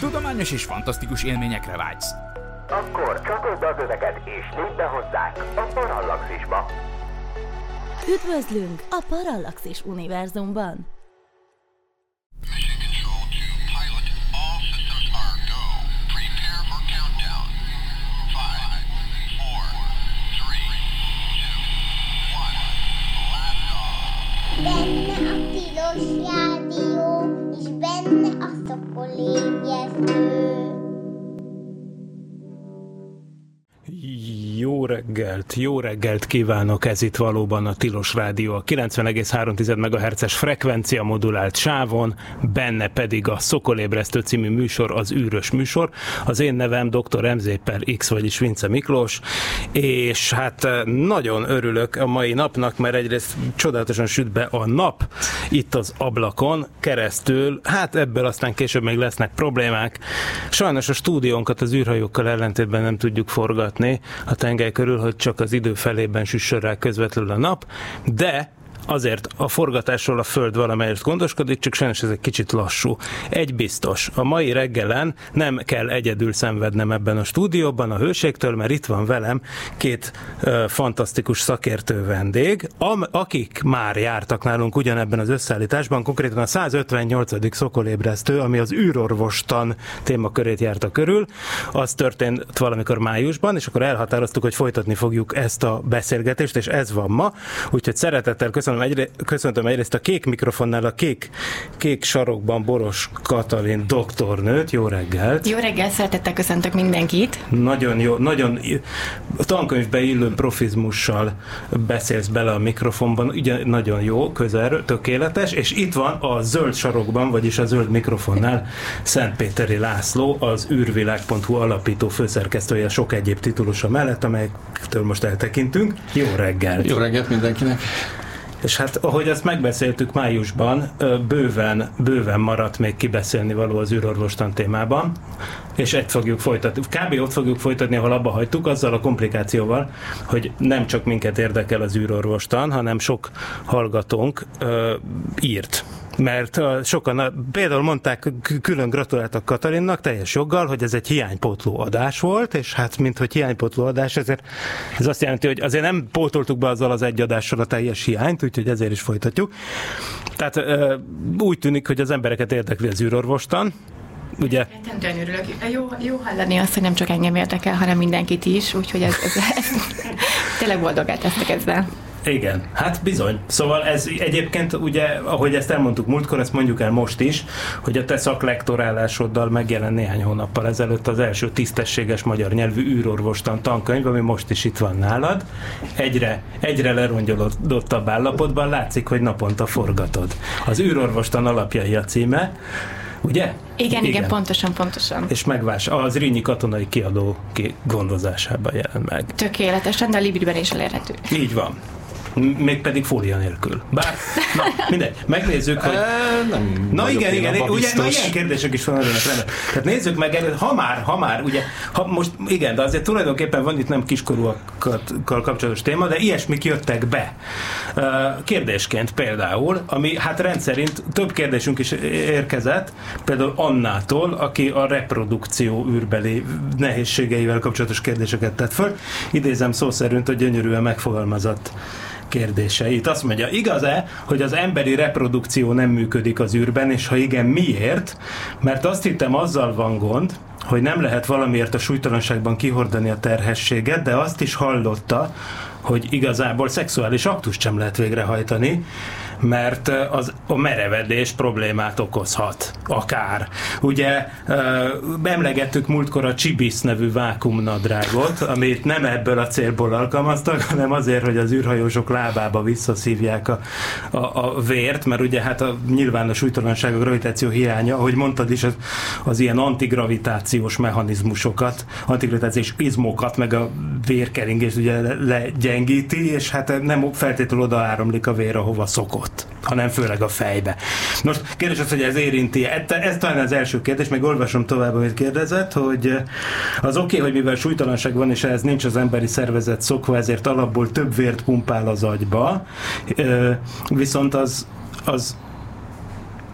tudományos és fantasztikus élményekre vágysz? Akkor csatold az öveket és lépj be hozzánk a Parallaxisba! Üdvözlünk a Parallaxis univerzumban! Benne a tilos rádió, és benne a szokolébresztő. Jó reggelt kívánok, ez itt valóban a Tilos Rádió, a 90,3 MHz-es frekvencia modulált sávon, benne pedig a Szokolébresztő című műsor, az űrös műsor. Az én nevem Dr. MZ/X, vagyis Vince Miklós, és hát nagyon örülök a mai napnak, mert egyrészt csodálatosan süt be a nap itt az ablakon keresztül, hát ebből aztán később még lesznek problémák. Sajnos a stúdiónkat az űrhajókkal ellentétben nem tudjuk forgatni a tengely körül, hogy csak az idő felében süssön rá közvetlenül a nap, de azért a forgatásról a Föld valamelyest gondoskodik, csak sajnos ez egy kicsit lassú. Egy biztos, a mai reggelen nem kell egyedül szenvednem ebben a stúdióban a hőségtől, mert itt van velem két fantasztikus szakértő vendég, akik már jártak nálunk ugyanebben az összeállításban, konkrétan a 158. Szokolébresztő, ami az űrorvostan témakörét járta körül. Az történt valamikor májusban, és akkor elhatároztuk, hogy folytatni fogjuk ezt a beszélgetést, és ez van ma. Úgyhogy szeretettel köszöntöm egyrészt a kék mikrofonnál a kék sarokban Boros Katalin doktornőt. Jó reggelt! Jó reggelt, szeretettel köszöntök mindenkit! Nagyon jó, nagyon tankönyvbe illő profizmussal beszélsz bele a mikrofonban, ugye nagyon jó, közel, tökéletes, és itt van a zöld sarokban, vagyis a zöld mikrofonnál Szentpéteri László, az űrvilág.hu alapító főszerkesztője sok egyéb titulusa mellett, amelyektől most eltekintünk. Jó reggelt! Jó reggelt mindenkinek! És hát, ahogy azt megbeszéltük májusban, bőven maradt még kibeszélni való az űrorvostan témában, és ezt fogjuk folytatni. Kb. Ott fogjuk folytatni, ahol abba hagytuk, azzal a komplikációval, hogy nem csak minket érdekel az űrorvostan, hanem sok hallgatónk írt. Mert sokan például mondták, külön gratuláltak Katalinnak teljes joggal, hogy ez egy hiánypótló adás volt, és hát minthogy hiánypótló adás, ezért ez azt jelenti, hogy azért nem pótoltuk be azzal az egy adással a teljes hiányt, úgyhogy ezért is folytatjuk. Tehát úgy tűnik, hogy az embereket érdekli az űrorvostan, ugye? Rettentően örülök. Jó hallani azt, hogy nem csak engem érdekel, hanem mindenkit is, úgyhogy ez tényleg boldogát tesztek ezzel. Igen, hát bizony. Szóval ez egyébként ugye, ahogy ezt elmondtuk múltkor, ezt mondjuk el most is, hogy a te szaklektorálásoddal megjelent néhány hónappal ezelőtt az első tisztességes magyar nyelvű űrorvostan tankönyv, ami most is itt van nálad. Egyre lerongyolódottabb állapotban látszik, hogy naponta forgatod. Az űrorvostan alapjai a címe, ugye? Igen, pontosan. És az Zrínyi Katonai Kiadó gondozásában jelent meg. Tökéletesen, de a Libridben is elérhető. Így van. Mégpedig fólia nélkül. Bár, na, mindegy, megnézzük, hogy... igen, ugye, ilyen kérdések is van önnek rendben. Tehát nézzük meg, ha már, ugye, most igen, de azért tulajdonképpen van itt nem kiskorúakkal kapcsolatos téma, de ilyesmik jöttek be. Kérdésként például, ami hát rendszerint több kérdésünk is érkezett, például Annától, aki a reprodukció űrbeli nehézségeivel kapcsolatos kérdéseket tett föl. Idézem szó szerint, hogy gyönyörűen megfogalmazott kérdéseit. Azt mondja, igaz-e, hogy az emberi reprodukció nem működik az űrben, és ha igen, miért? Mert azt hittem, azzal van gond, hogy nem lehet valamiért a súlytalanságban kihordani a terhességet, de azt is hallotta, hogy igazából szexuális aktust sem lehet végrehajtani, mert a merevedés problémát okozhat, akár. Ugye emlegettük múltkor a Csibisz nevű vákuumnadrágot, amit nem ebből a célból alkalmaztak, hanem azért, hogy az űrhajósok lábába visszaszívják a vért, mert ugye hát nyilván a súlytalanság, a gravitáció hiánya, ahogy mondtad is, az ilyen antigravitációs mechanizmusokat, antigravitációs izmokat, meg a vérkeringést ugye legyengíti, és hát nem feltétlenül oda áramlik a vér, ahova szokott, hanem főleg a fejbe. Most kérdés az, hogy ez érinti. Ez talán az első kérdés, meg olvasom tovább, amit kérdezett, hogy az oké, hogy mivel súlytalanság van, és ehhez nincs az emberi szervezet szokva, ezért alapból több vért pumpál az agyba, viszont az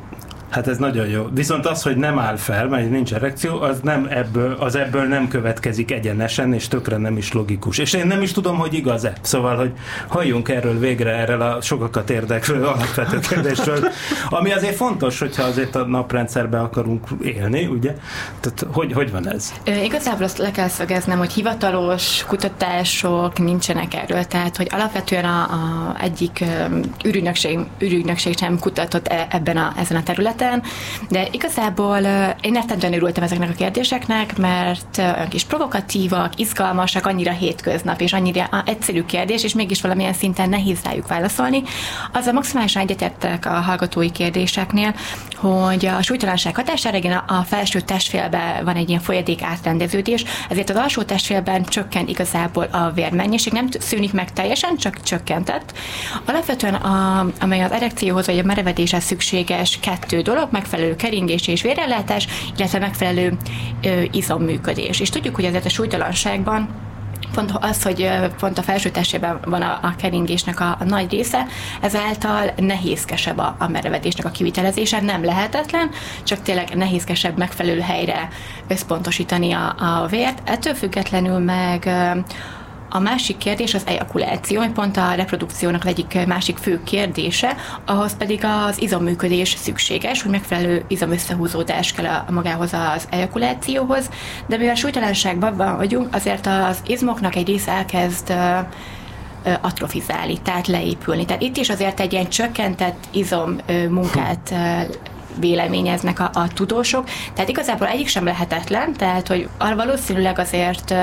Hát ez nagyon jó. Viszont az, hogy nem áll fel, mert nincs erekció, az ebből nem következik egyenesen, és tökre nem is logikus. És én nem is tudom, hogy igaz-e. Szóval, hogy halljunk erről a sokakat érdeklő alapvető kérdésről, ami azért fontos, hogyha azért a naprendszerben akarunk élni, ugye? Tehát hogy van ez? Igazából azt le kell szögeznem, hogy hivatalos kutatások nincsenek erről, tehát hogy alapvetően egyik ürügynökség sem kutatott ezen a területen, de igazából én rettentően örültem ezeknek a kérdéseknek, mert olyan kis provokatívak, izgalmasak, annyira hétköznap, és annyira egyszerű kérdés, és mégis valamilyen szinten nehéz rájuk válaszolni. Azzal maximálisan egyetértek a hallgatói kérdéseknél, hogy a súlytalanság hatására igen, a felső testfélben van egy ilyen folyadék átrendeződés, ezért az alsó testfélben csökkent igazából a vérmennyiség, nem szűnik meg teljesen, csak csökkentett. Alapvetően amely az erekcióhoz vagy a merevedéshez szükséges 2 dolog, megfelelő keringés és vérellátás, illetve megfelelő izomműködés. És tudjuk, hogy ezért a súlytalanságban pont az, hogy pont a felső testében van a keringésnek a nagy része, ezáltal nehézkesebb a merevedésnek a kivitelezése, nem lehetetlen, csak tényleg nehézkesebb megfelelő helyre összpontosítani a vért. Ettől függetlenül meg a másik kérdés az ejakuláció, hogy pont a reprodukciónak egyik másik fő kérdése, ahhoz pedig az izomműködés szükséges, hogy megfelelő izomösszehúzódás kell a magához az ejakulációhoz, de mivel súlytalanságban vagyunk, azért az izmoknak egy része elkezd atrofizálni, tehát leépülni. Tehát itt is azért egy ilyen csökkentett izom munkát véleményeznek a tudósok, tehát igazából egyik sem lehetetlen, tehát hogy valószínűleg azért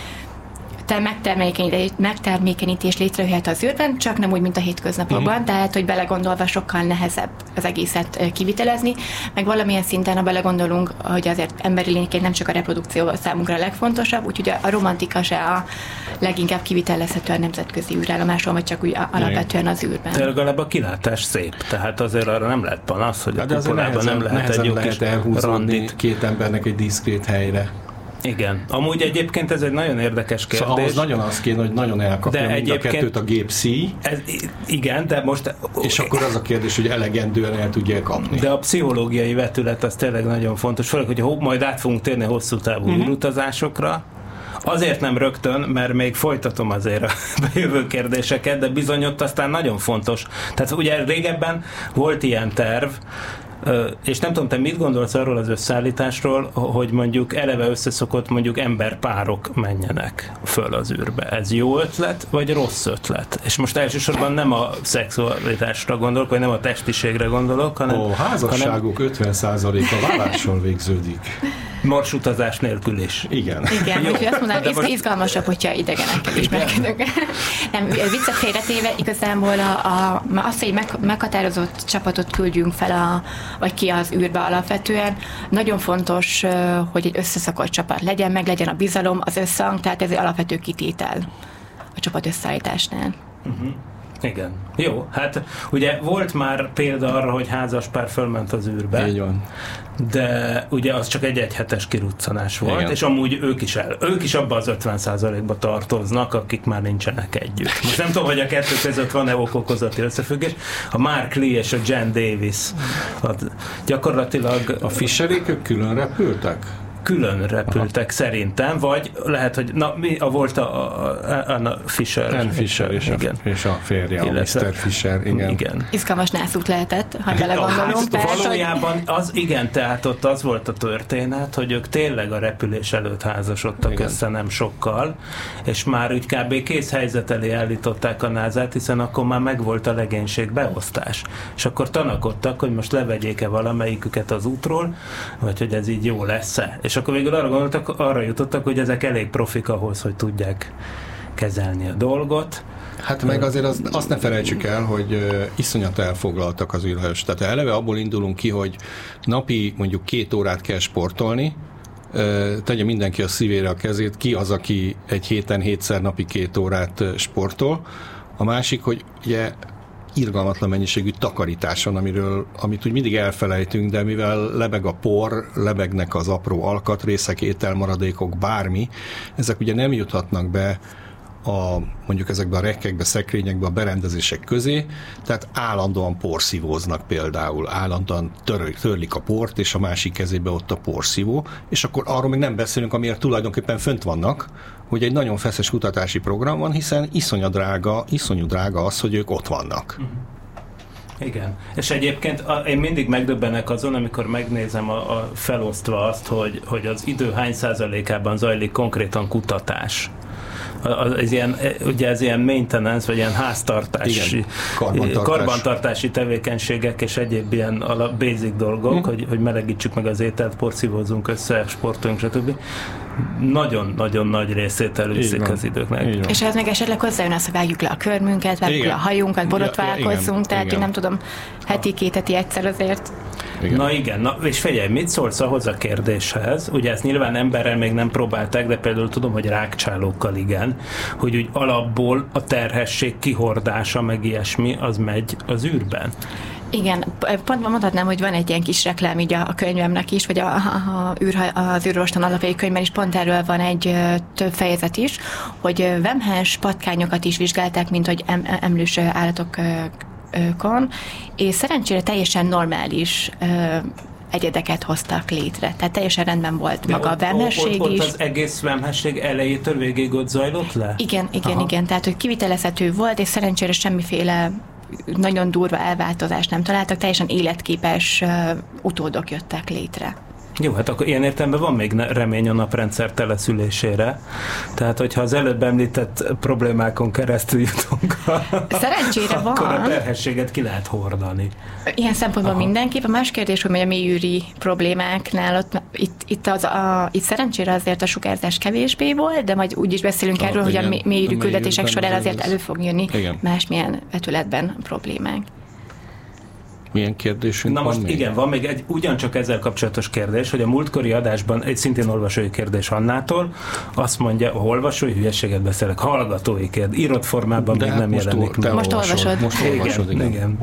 megtermékenyítés létrejöhet az űrben, csak nem úgy, mint a hétköznapokban, tehát, hogy belegondolva sokkal nehezebb az egészet kivitelezni, meg valamilyen szinten, ha belegondolunk, hogy azért emberi lényként nem csak a reprodukció számunkra a legfontosabb, úgyhogy a romantika se a leginkább kivitelezhető a nemzetközi űrállomáson, vagy csak úgy alapvetően az űrben. De legalább a kilátás szép, tehát azért arra nem lehet panasz, hogy a kupolában nem lehet egy jó kis randit. 2 embernek egy diszkrét helyre. Igen. Amúgy egyébként ez egy nagyon érdekes kérdés. Szóval ahhoz nagyon az kéne, hogy nagyon elkapja mind a kettőt a gép szíj. Igen, de most... És akkor az a kérdés, hogy elegendően el tudja kapni. De a pszichológiai vetület az tényleg nagyon fontos. Főleg, hogy majd át fogunk térni hosszú távú űrutazásokra. Azért nem rögtön, mert még folytatom azért a bejövő kérdéseket, de bizony ott aztán nagyon fontos. Tehát ugye régebben volt ilyen terv, és nem tudom, te mit gondolsz arról az összeállításról, hogy mondjuk eleve összeszokott mondjuk emberpárok menjenek föl az űrbe. Ez jó ötlet, vagy rossz ötlet? És most elsősorban nem a szexualitásra gondolok, vagy nem a testiségre gondolok, hanem... A házasságok 50%-a vállással végződik. Marsutazás nélkül is. Igen. Igen, úgyhogy azt mondanám, most... izgalmasabb, hogyha idegenekkel ismerkedünk. Nem, viccet félretéve igazából azt, hogy meghatározott csapatot küldjünk fel vagy ki az űrbe alapvetően, nagyon fontos, hogy egy összeszokott csapat legyen, meg legyen a bizalom, az összhang, tehát ez egy alapvető kitétel a csapat összeállításnál. Igen. Jó, hát ugye volt már példa arra, hogy házaspár fölment az űrbe. Így van. De ugye az csak egy egyhetes kiruccanás volt, igen. És amúgy ők is abban az 50%-ba tartoznak, akik már nincsenek együtt. Most nem tudom, hogy a kettő között van-e ok-okozati összefüggés. A Mark Lee és a Jen Davis gyakorlatilag... A Fisherék külön repültek? Külön repültek szerintem, vagy lehet, hogy volt Anna Fisher. Anne Fisher és a férje, a Mr. Fisher, igen. Izgalmas nászút lehetett, ha belegondolunk. Valójában az, igen, tehát ott az volt a történet, hogy ők tényleg a repülés előtt házasodtak össze nem sokkal, és már úgy kb. Kész helyzet elé állították a NASA-t, hiszen akkor már megvolt a legénység beosztás. És akkor tanakodtak, hogy most levegyék-e valamelyiküket az útról, vagy hogy ez így jó lesz-e. És akkor végül arra jutottak, hogy ezek elég profik ahhoz, hogy tudják kezelni a dolgot. Hát meg azért azt ne felejtsük el, hogy iszonyat elfoglaltak az űrhős. Tehát eleve abból indulunk ki, hogy napi mondjuk 2 órát kell sportolni, tegye mindenki a szívére a kezét, ki az, aki egy héten 7-szer napi 2 órát sportol. A másik, hogy ugye irgalmatlan mennyiségű takarítás van, amit úgy mindig elfelejtünk, de mivel lebeg a por, lebegnek az apró alkatrészek, ételmaradékok, bármi, ezek ugye nem juthatnak be mondjuk ezekben a rekkekbe, szekrényekbe, a berendezések közé, tehát állandóan porszívóznak például, állandóan törlik a port, és a másik kezébe ott a porszívó, és akkor arról még nem beszélünk, amiért tulajdonképpen fönt vannak, hogy egy nagyon feszes kutatási program van, hiszen iszonyú drága az, hogy ők ott vannak. Igen. És egyébként én mindig megdöbbenek azon, amikor megnézem felosztva azt, hogy az idő hány százalékában zajlik konkrétan kutatás. Ez ilyen maintenance, vagy ilyen háztartási, karbantartási tevékenységek és egyéb ilyen basic dolgok, hogy melegítsük meg az ételt, porszívózzunk össze, sportoljunk, stb. Nagyon-nagyon nagy részét elviszik az időknek. És ez meg esetleg hozzájön az, hogy vágjuk le a körmünket, vágjuk le a hajunkat, borotválkozzunk, tehát én nem tudom, heti egyszer azért. Igen. Na igen, és figyelj, mit szólsz ahhoz a kérdéshez? Ugye ezt nyilván emberrel még nem próbálták, de például tudom, hogy rákcsálókkal igen, hogy úgy alapból a terhesség kihordása, meg ilyesmi, az megy az űrben. Igen, pont mondhatnám, hogy van egy ilyen kis reklám így a könyvemnek is, vagy az űrroston alapjai könyvben is pont erről van egy több fejezet is, hogy vemhes patkányokat is vizsgálták, mint hogy emlős állatokon, és szerencsére teljesen normális egyedeket hoztak létre. Tehát teljesen rendben volt maga a vemhesség is. Ott az egész vemhesség elejétől végig ott zajlott le? Igen. Tehát, hogy kivitelezhető volt, és szerencsére semmiféle nagyon durva elváltozást nem találtak, teljesen életképes utódok jöttek létre. Jó, hát akkor ilyen értelemben van még remény a naprendszer teleszülésére. Tehát, hogyha az előbb említett problémákon keresztül jutunk, szerencsére van. Akkor a terhességet ki lehet hordani. Ilyen szempontból mindenképp. A más kérdés, hogy a mélyűri problémáknál itt szerencsére azért a sugárzás kevésbé volt, de majd úgy is beszélünk erről, hogy a mélyűri küldetések során azért elő fog jönni másmilyen vetületben problémák. Milyen kérdésünk van most még? Igen, van még ugyancsak ezzel kapcsolatos kérdés, hogy a múltkori adásban egy szintén olvasói kérdés Annától, azt mondja, olvasói hülyeséget beszélek, hallgatói kérdés, írott formában még nem jelenik meg. Most olvasod. Most olvasod, igen.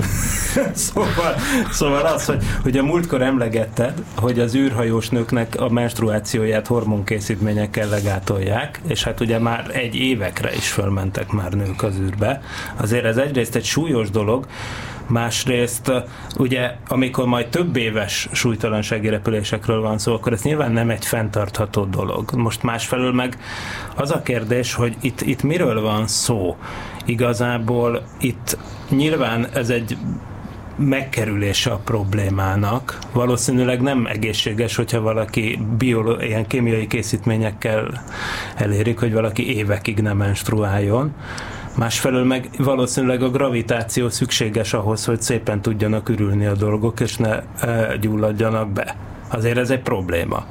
szóval az, hogy a múltkor emlegetted, hogy az űrhajós nőknek a menstruációját hormonkészítményekkel legátolják, és hát ugye már egy évekre is fölmentek már nők az űrbe. Azért ez egyrészt egy súlyos dolog, másrészt ugye, amikor majd több éves súlytalansági repülésekről van szó, akkor ez nyilván nem egy fenntartható dolog. Most másfelől meg az a kérdés, hogy itt miről van szó? Igazából itt nyilván ez egy megkerülése a problémának. Valószínűleg nem egészséges, hogyha valaki ilyen kémiai készítményekkel elérik, hogy valaki évekig nem menstruáljon. Másfelől meg valószínűleg a gravitáció szükséges ahhoz, hogy szépen tudjanak ürülni a dolgok, és ne gyulladjanak be. Azért ez egy probléma.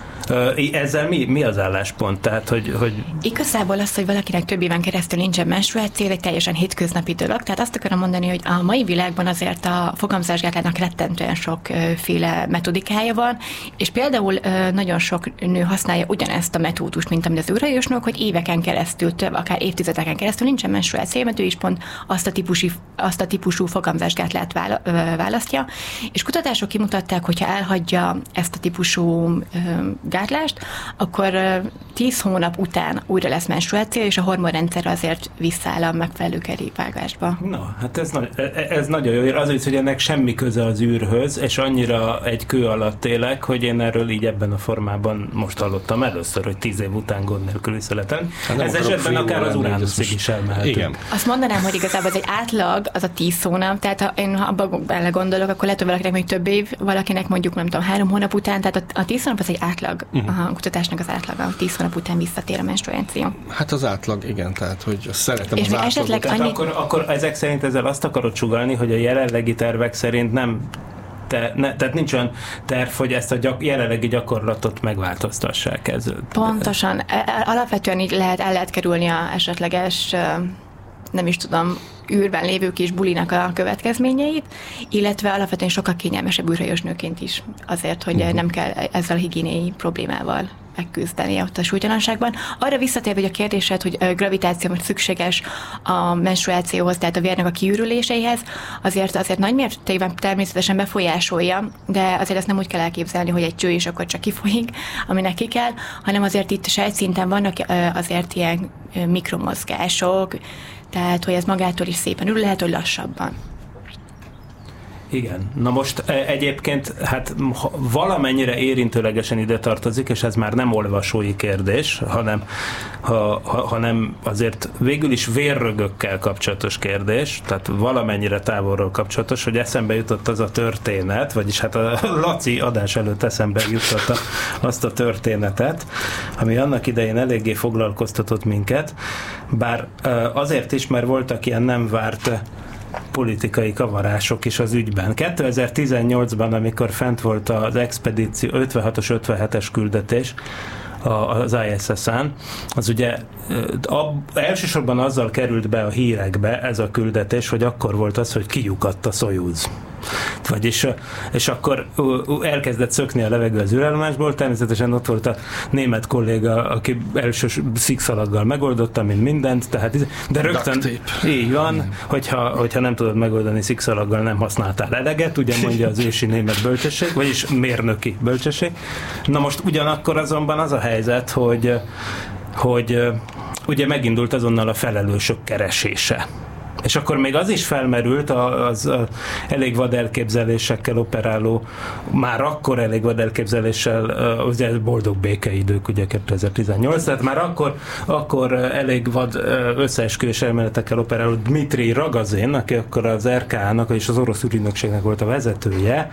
Ezzel mi az álláspont? Tehát, hogy... Igazából az, hogy valakinek több éven keresztül nincsen menstruáció, egy teljesen hétköznapi dolog. Tehát azt akarom mondani, hogy a mai világban azért a fogamzásgátlásnak rettentően sokféle metodikája van, és például nagyon sok nő használja ugyanezt a metódust, mint amit az űrhajósnok, hogy éveken keresztül, akár évtizedeken keresztül nincsen menstruáció, mert ő is pont azt a típusú fogamzásgátlát választja. És kutatások kimutatták, hogyha elhagyja ezt a típusú gátlást, akkor 10 hónap után újra lesz menstruáció, és a hormonrendszer azért visszáll a megfelelő kerékvágásba. Na, hát ez nagyon jó. Az is, hogy ennek semmi köze az űrhöz, és annyira egy kő alatt élek, hogy én erről így ebben a formában most hallottam először, hogy 10 év után gond nélkül születem. Ez esetben akár az Uránuszig is elmehetünk. Igen. Azt mondanám, hogy igazából az egy átlag, az a 10 hónap, tehát ha én abban belegondolok, akkor lehet, hogy valakinek még több év, valakinek mondjuk nem tudom, 3 hónap után, tehát a 10 hónap az egy átlag. A kutatásnak az átlaga, 10 hónap után visszatér a menstruáció. Hát az átlag, igen, tehát hogy szeretem és az átlagot. Tehát akkor ezek szerint ezzel azt akarod sugallni, hogy a jelenlegi tervek szerint tehát nincs olyan terv, hogy ezt a jelenlegi gyakorlatot megváltoztassák. Pontosan. Alapvetően így el lehet kerülni a esetleges nem is tudom, űrben lévő kis bulinak a következményeit, illetve alapvetően sokkal kényelmesebb űrhajós nőként is azért, hogy nem kell ezzel a higiéniai problémával megküzdeni ott a súlytalanságban. Arra visszatérve, hogy a kérdésed, hogy gravitáció most szükséges a menstruációhoz, tehát a vérnek a kiürüléseihez, azért nagy mértékben természetesen befolyásolja, de azért ezt nem úgy kell elképzelni, hogy egy cső és akkor csak kifolyik, aminek ki kell, hanem azért itt sejtszinten vannak azért ilyen mikromozgások, tehát hogy ez magától is szépen ül, lehet, hogy lassabban. Igen. Na most egyébként hát valamennyire érintőlegesen ide tartozik, és ez már nem olvasói kérdés, hanem azért végül is vérrögökkel kapcsolatos kérdés, tehát valamennyire távolról kapcsolatos, hogy eszembe jutott az a történet, vagyis hát a Laci adás előtt eszembe jutott azt a történetet, ami annak idején eléggé foglalkoztatott minket, bár azért is, mert voltak ilyen nem várt politikai kavarások is az ügyben. 2018-ban, amikor fent volt az expedíció, 56-os, 57-es küldetés az ISS-en, az ugye elsősorban azzal került be a hírekbe ez a küldetés, hogy akkor volt az, hogy kiukadt a Szojuz. Vagyis, és akkor elkezdett szökni a levegő az űrállomásból, természetesen ott volt a német kolléga, aki első szikszalaggal megoldotta, mint mindent, tehát, de rögtön így van, hogyha nem tudod megoldani szikszalaggal, nem használtál eleget, ugye mondja az ősi német bölcsesség, vagyis mérnöki bölcsesség. Na most ugyanakkor azonban az a helyzet, hogy ugye megindult azonnal a felelősök keresése. És akkor még az is felmerült, az elég vad elképzelésekkel operáló, már akkor elég vad elképzeléssel, ugye boldog békeidők, ugye 2018, tehát már akkor elég vad összeesküvés elméletekkel operáló Dmitri Ragazin, aki akkor az RKA-nak és az orosz űrügynökségnek volt a vezetője,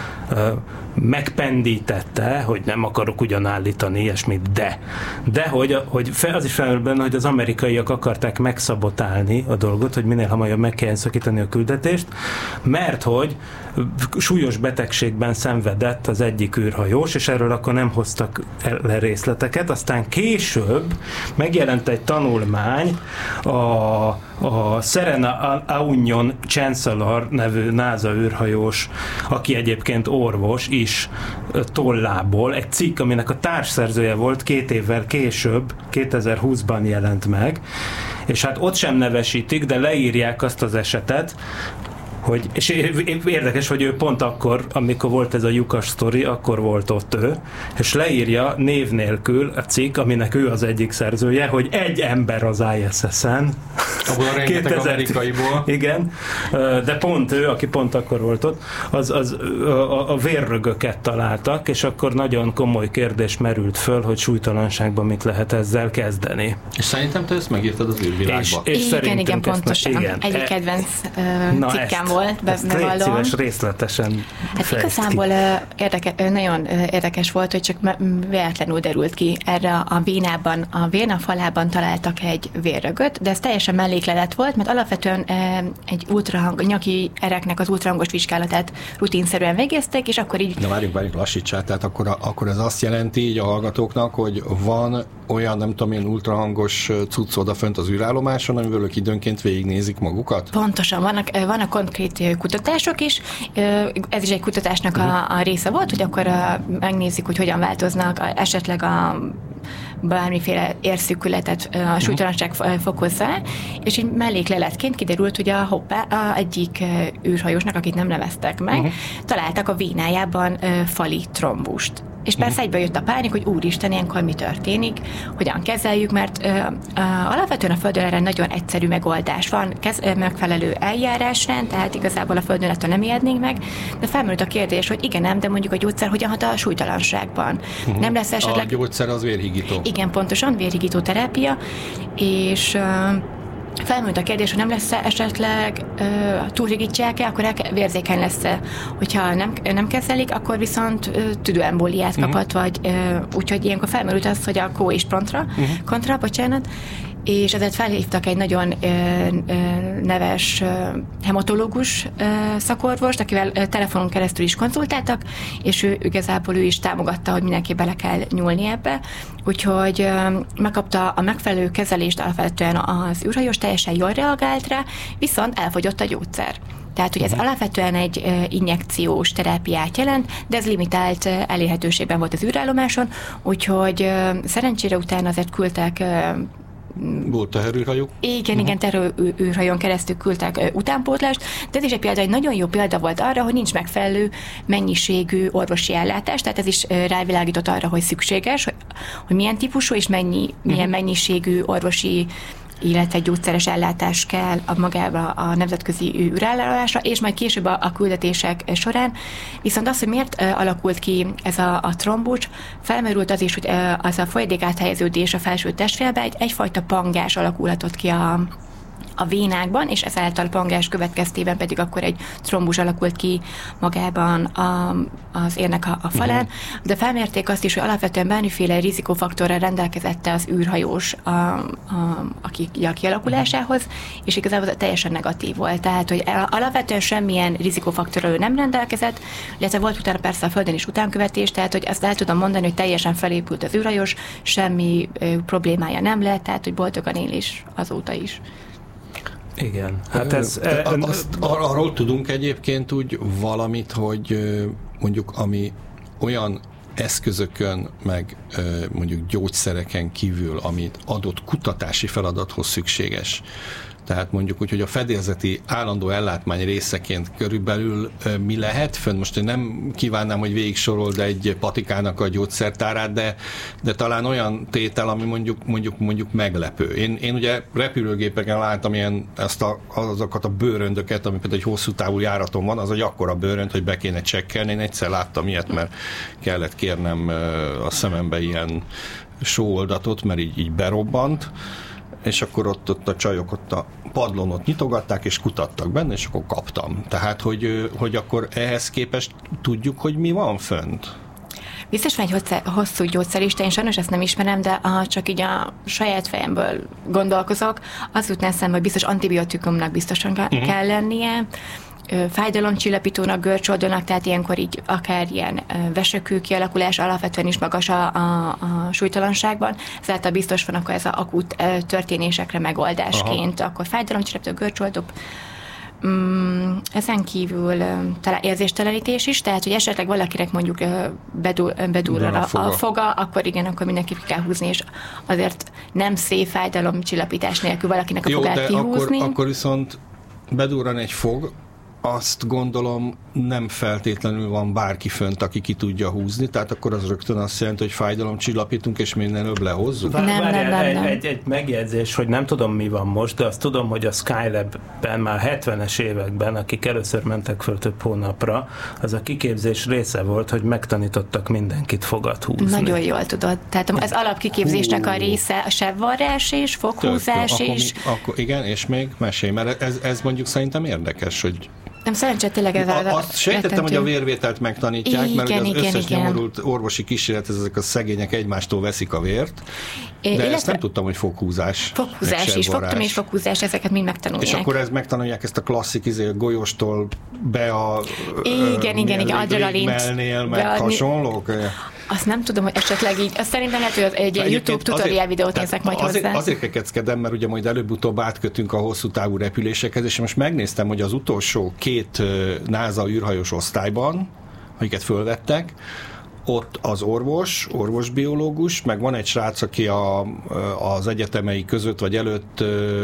megpendítette, hogy nem akarok ugyan állítani ilyesmit, de hogy az is felmerül benne, hogy az amerikaiak akarták megszabotálni a dolgot, hogy minél hamarabb meg kelljen szakítani a küldetést, mert hogy súlyos betegségben szenvedett az egyik űrhajós, és erről akkor nem hoztak le részleteket, aztán később megjelent egy tanulmány a Serena Aunion Chancellor nevű NASA űrhajós, aki egyébként orvos is tollából, egy cikk, aminek a társszerzője volt 2 évvel később, 2020-ban jelent meg, és hát ott sem nevesítik, de leírják azt az esetet, és érdekes, hogy ő pont akkor, amikor volt ez a lyukas sztori, akkor volt ott ő, és leírja név nélkül a cikk, aminek ő az egyik szerzője, hogy egy ember az ISS-en. Abból a rengeteg amerikaiból. Igen, de pont ő, aki pont akkor volt ott, a vérrögöket találtak, és akkor nagyon komoly kérdés merült föl, hogy súlytalanságban mit lehet ezzel kezdeni. És szerintem te ezt megírtad az űrvilágba. Igen, pontosan. Egyik kedvenc cikkem volt, bevallom. Szíves részletesen hát igazából nagyon érdekes volt, hogy csak véletlenül derült ki erre a vénában, a véna falában találtak egy vérrögöt, de ez teljesen melléklelet volt, mert alapvetően egy nyaki ereknek az ultrahangos vizsgálatát rutinszerűen végezték, és akkor így... Na várjuk, lassítsál, tehát akkor ez azt jelenti így a hallgatóknak, hogy van olyan, nem tudom én, ultrahangos cucc odafönt az űrállomáson, amiből ők időnként végignézik magukat? Pontosan, vannak konkrét kutatások is. Ez is egy kutatásnak a része volt, hogy akkor megnézik, hogy hogyan változnak esetleg bármiféle érszűkületet a súlytalanság fokozza, és így mellékleletként kiderült, hogy egyik űrhajósnak, akit nem neveztek meg, találtak a vénájában fali trombust. És persze egyből jött a pánik, hogy úristen, ilyenkor mi történik, hogyan kezeljük, mert alapvetően a Földön erre nagyon egyszerű megoldás van, megfelelő eljárásrend, tehát igazából a Földön ettől nem ijednénk meg, de felmerült a kérdés, hogy igen, nem, de mondjuk a gyógyszer hogyan hat a súlytalanságban. Nem lesz esetleg... A gyógyszer az vérhigító. Igen, pontosan, vérhigító terápia, és... felmerült a kérdés, hogy nem lesz esetleg túlhigítják-e, akkor vérzékeny lesz-e. Hogyha nem kezelik, akkor viszont tüdőembóliát kaphat, vagy úgyhogy ilyenkor felmerült az, hogy a kó és kontra, és ezért felhívtak egy nagyon neves hematológus szakorvost, akivel telefonon keresztül is konzultáltak, és ő is támogatta, hogy mindenki bele kell nyúlni ebbe. Úgyhogy megkapta a megfelelő kezelést alapvetően az űrhajós, teljesen jól reagált rá, viszont elfogyott a gyógyszer. Tehát, hogy ez alapvetően egy injekciós terápiát jelent, de ez limitált elérhetőségben volt az űrállomáson, úgyhogy szerencsére utána azért küldtek volt teherűrhajók? Igen, teherűrhajón keresztül küldtek utánpótlást, de ez is egy nagyon jó példa volt arra, hogy nincs megfelelő mennyiségű orvosi ellátás, tehát ez is rávilágított arra, hogy szükséges, hogy milyen típusú és milyen mennyiségű orvosi illetve gyógyszeres ellátás kell magába a nemzetközi űrállomásra, és majd később a küldetések során. Viszont az, hogy miért alakult ki ez a trombus, felmerült az is, hogy az a folyadék áthelyeződés a felső testfélbe egyfajta pangás alakulhatott ki a vénákban, és ezáltal pangás következtében pedig akkor egy trombus alakult ki magában az érnek a falán, de felmérték azt is, hogy alapvetően bármiféle rizikófaktorral rendelkezett az űrhajós a kialakulásához, és igazából teljesen negatív volt. Tehát, hogy alapvetően semmilyen rizikófaktorral ő nem rendelkezett, illetve volt utána persze a Földön is utánkövetés, tehát, hogy azt el tudom mondani, hogy teljesen felépült az űrhajós, semmi problémája nem lett, tehát, hogy boldogan él is azóta is. Igen. Hát arról tudunk egyébként úgy valamit, hogy mondjuk ami olyan eszközökön, meg mondjuk gyógyszereken kívül, amit adott kutatási feladathoz szükséges. Tehát mondjuk úgy, hogy a fedélzeti állandó ellátmány részeként körülbelül mi lehet fönn? Most én nem kívánnám, hogy végig sorold egy patikának a gyógyszertárát, de talán olyan tétel, ami mondjuk meglepő. Én ugye repülőgépeken láttam azokat a bőröndöket, ami például egy hosszú távú járaton van, az egy akkora bőrönd, hogy be kéne csekkelni. Én egyszer láttam ilyet, mert kellett kérnem a szemembe ilyen sóoldatot, mert így berobbant, és akkor ott a csajok ott a padlón ott nyitogatták, és kutattak benne, és akkor kaptam. Tehát, hogy akkor ehhez képest tudjuk, hogy mi van fönt? Biztos van egy hosszú gyógyszerlista, én sajnos ezt nem ismerem, de csak így a saját fejemből gondolkozok, az jutna eszembe, hogy biztos antibiotikumnak biztosan kell lennie, fájdalomcsillapítónak, görcsoldónak, tehát ilyenkor így akár ilyen vesökő kialakulás, alapvetően is magas a súlytalanságban, ezáltal biztos van akkor ez az akut történésekre megoldásként. Akkor fájdalomcsillapító, görcsoldó, ezen kívül talán érzéstelenítés is, tehát hogy esetleg valakinek mondjuk bedurran a foga, akkor igen, akkor mindenki kell húzni, és azért nem szép fájdalomcsillapítás nélkül valakinek a fogát kihúzni. Akkor viszont bedurran egy fog, azt gondolom nem feltétlenül van bárki fönt, aki ki tudja húzni, tehát akkor az rögtön azt jelenti, hogy fájdalomcsillapítunk, és mindenről lehozzuk? Nem. Egy megjegyzés, hogy nem tudom, mi van most, de azt tudom, hogy a Skylab-ben már 70-es években, akik először mentek föl több hónapra, az a kiképzés része volt, hogy megtanítottak mindenkit fogat húzni. Nagyon jól tudod. Tehát az alapkiképzésnek a része a sebvarrás és foghúzás is. Akkor igen, és még mesélj, mert ez mondjuk szerintem érdekes, hogy nem szerencsét tényleg ez azt sejtettem, hogy a vérvételt megtanítják, igen, mert ugye az összes igen. nyomorult orvosi kísérlet, ezek a szegények egymástól veszik a vért, de ezt nem tudtam, hogy foghúzás. Foghúzás is, fogtam és foghúzás, ezeket mind megtanulják. És akkor ez megtanulják ezt a klasszik golyóstól be a igen, adrenalint mellnél, meg hasonlók. Azt nem tudom, hogy esetleg így, azt szerintem lehet, hogy egy YouTube tutorial videót nézek majd hozzá. Azért kekeckedem, mert ugye majd előbb-utóbb átkötünk a hosszú távú repülésekhez, és most megnéztem, hogy az utolsó 2 NASA űrhajós osztályban, amiket fölvettek, ott az orvosbiológus, meg van egy srác, aki az egyetemei között vagy előtt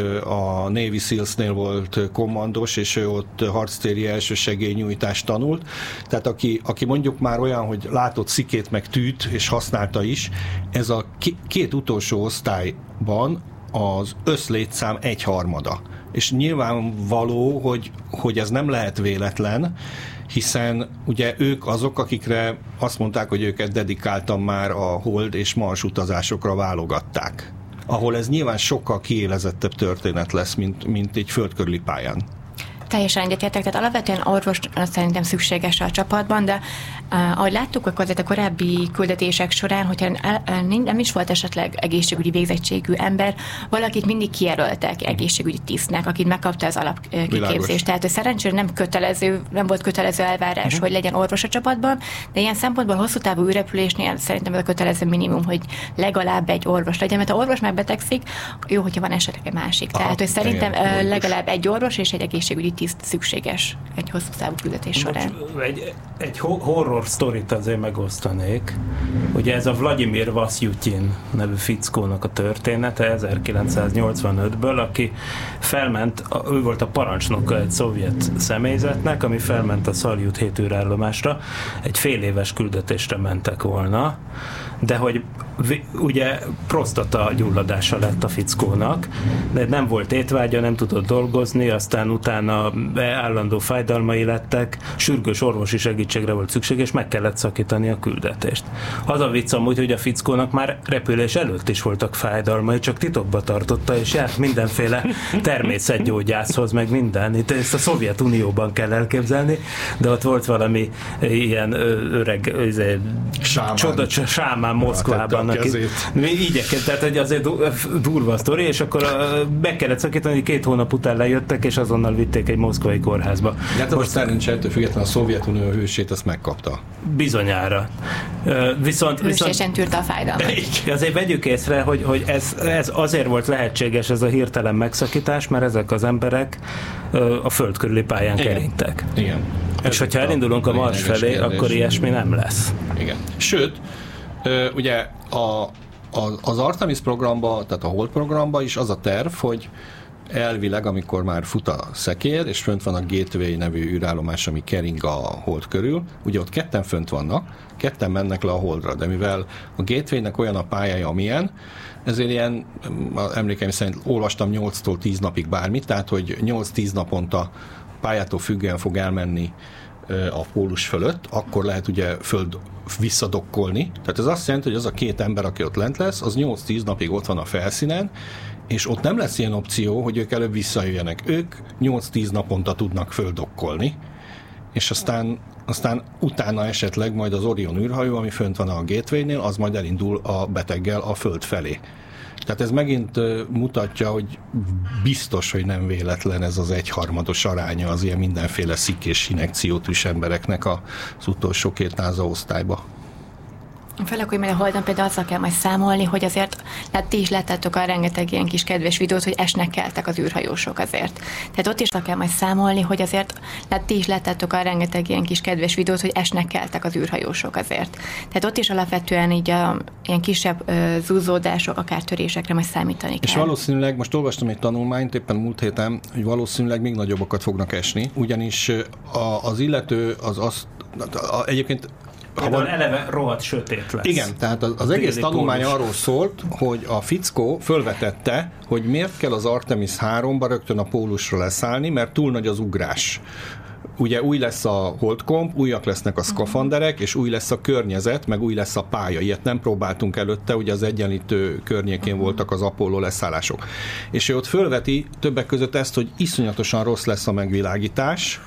a Navy SEALS-nél volt kommandós, és ő ott harctéri elsősegélynyújtást tanult. Tehát aki mondjuk már olyan, hogy látott szikét, meg tűt, és használta is, ez a 2 utolsó osztályban az összlétszám 1/3. És nyilvánvaló, hogy ez nem lehet véletlen, hiszen ugye ők azok, akikre azt mondták, hogy őket dedikáltan már a Hold és Mars utazásokra válogatták. Ahol ez nyilván sokkal kiélezettebb történet lesz, mint egy földkörüli pályán. Teljesen egyetértek, tehát alapvetően orvos szerintem szükséges a csapatban, de ahogy láttuk azért a korábbi küldetések során, hogyha nem is volt esetleg egészségügyi végzettségű ember, valakit mindig kijelöltek egészségügyi tisztnek, akit megkapta az alapkiképzést. Tehát szerencsére nem volt kötelező elvárás, hogy legyen orvos a csapatban, de ilyen szempontból hosszú távú űrrepülésnél szerintem ez a kötelező minimum, hogy legalább egy orvos legyen, mert ha orvos megbetegszik, jó, hogyha van esetleg egy másik. Tehát, hogy szerintem legalább egy orvos és egy egészségügyi tiszt szükséges egy hosszú távú küldetés során. Egy horror sztorit azért megosztanék. Ugye ez a Vladimir Vasyutyin nevű fickónak a története 1985-ből, aki felment, ő volt a parancsnoka egy szovjet személyzetnek, ami felment a Szaljut 7 űrállomásra, egy fél éves küldetésre mentek volna, de hogy ugye prostata gyulladása lett a fickónak, de nem volt étvágya, nem tudott dolgozni, aztán utána állandó fájdalmai lettek, sürgős orvosi segítségre volt szükség, és meg kellett szakítani a küldetést. Az a vicc amúgy, hogy a fickónak már repülés előtt is voltak fájdalmai, csak titokba tartotta, és járt mindenféle természetgyógyászhoz, meg minden. Itt ezt a Szovjetunióban kell elképzelni, de ott volt valami ilyen öreg sámán Moszkvában, igyeket, tehát hogy azért durva a sztori, és akkor meg kellett szakítani, 2 hónap után lejöttek, és azonnal vitték egy moszkvai kórházba. De hát most nincs ettől függetlenül a Szovjetunió hősét, azt megkapta. Bizonyára. Viszont hősiesen tűrte a fájdalmat. Azért vegyük észre, hogy ez azért volt lehetséges, ez a hirtelen megszakítás, mert ezek az emberek a föld körüli pályán keringtek. Igen. És hogyha elindulunk a Mars felé, akkor ilyesmi nem lesz. Igen. Sőt, ugye az Artemis programba, tehát a Hold programba is az a terv, hogy elvileg, amikor már fut a szekér, és fönt van a Gateway nevű űrállomás, ami kering a Hold körül, ugye ott ketten fönt vannak, ketten mennek le a Holdra, de mivel a Gateway-nek olyan a pályája, amilyen, ezért ilyen, emlékeim szerint olvastam 8-tól 10 napig bármit, tehát hogy 8-10 naponta pályától függően fog elmenni a pólus fölött, akkor lehet ugye föld visszadokkolni. Tehát ez azt jelenti, hogy az a 2 ember, aki ott lent lesz, az 8-10 napig ott van a felszínen, és ott nem lesz ilyen opció, hogy ők előbb visszajöjjenek. Ők 8-10 naponta tudnak földokkolni, és aztán utána esetleg majd az Orion űrhajó, ami fönt van a Gateway-nél, az majd elindul a beteggel a föld felé. Tehát ez megint mutatja, hogy biztos, hogy nem véletlen ez az 1/3 aránya az ilyen mindenféle szik és injekciótűs embereknek az utolsó 2 NASA osztályba. Főleg, hogy majd a Holdon például azzal kell majd számolni, hogy azért, hát ti is láttátok a rengeteg ilyen kis kedves videót, hogy esnek keltek az űrhajósok azért. Tehát ott is kell majd számolni, hogy azért, hát ti is láttátok a rengeteg ilyen kis kedves videót, hogy esnek keltek az űrhajósok azért. Tehát ott is alapvetően így ilyen kisebb zúzódások, akár törésekre majd számítani kell. És valószínűleg, most olvastam egy tanulmányt éppen múlt héten, hogy valószínűleg még nagyobbakat fognak esni, ugyanis az illető egyébként eleve rohadt sötét lesz. Igen, tehát az egész tanulmány arról szólt, hogy a fickó fölvetette, hogy miért kell az Artemis 3-ba rögtön a pólusra leszállni, mert túl nagy az ugrás. Ugye új lesz a holdkomp, újak lesznek a szkafanderek, és új lesz a környezet, meg új lesz a pálya. Ilyet nem próbáltunk előtte, ugye az Egyenlítő környékén voltak az Apollo leszállások. És ő ott fölveti többek között ezt, hogy iszonyatosan rossz lesz a megvilágítás,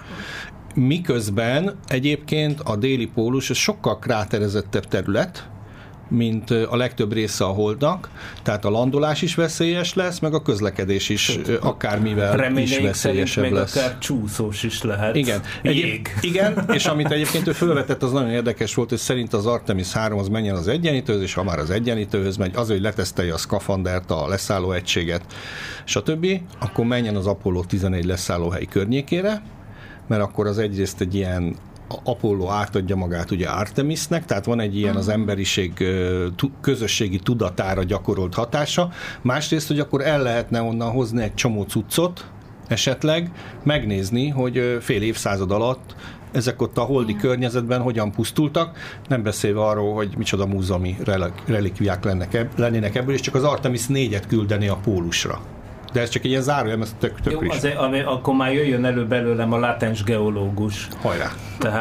miközben egyébként a déli pólus sokkal kráterezettebb terület, mint a legtöbb része a Holdnak, tehát a landolás is veszélyes lesz, meg a közlekedés is akármivel is veszélyesebb lesz. Akár csúszós is lehet. Igen. Igen, és amit egyébként ő felvetett, az nagyon érdekes volt, hogy szerint az Artemis 3 az menjen az Egyenlítőhöz, és ha már az Egyenlítőhöz megy, azért, hogy letesztelje a szkafandert, a leszálló egységet, stb., akkor menjen az Apollo 11 leszállóhely környékére, mert akkor az egyrészt egy ilyen Apollo átadja magát ugye Artemisnek, tehát van egy ilyen az emberiség közösségi tudatára gyakorolt hatása. Másrészt, hogy akkor el lehetne onnan hozni egy csomó cuccot, esetleg megnézni, hogy fél évszázad alatt ezek ott a holdi környezetben hogyan pusztultak, nem beszélve arról, hogy micsoda múzeumi relikviák lennének ebből, és csak az Artemis 4-et küldeni a pólusra. De ez csak egy ilyen zárójel, ez tök jó, akkor már jöjjön elő belőlem a latens geológus. Hajrá!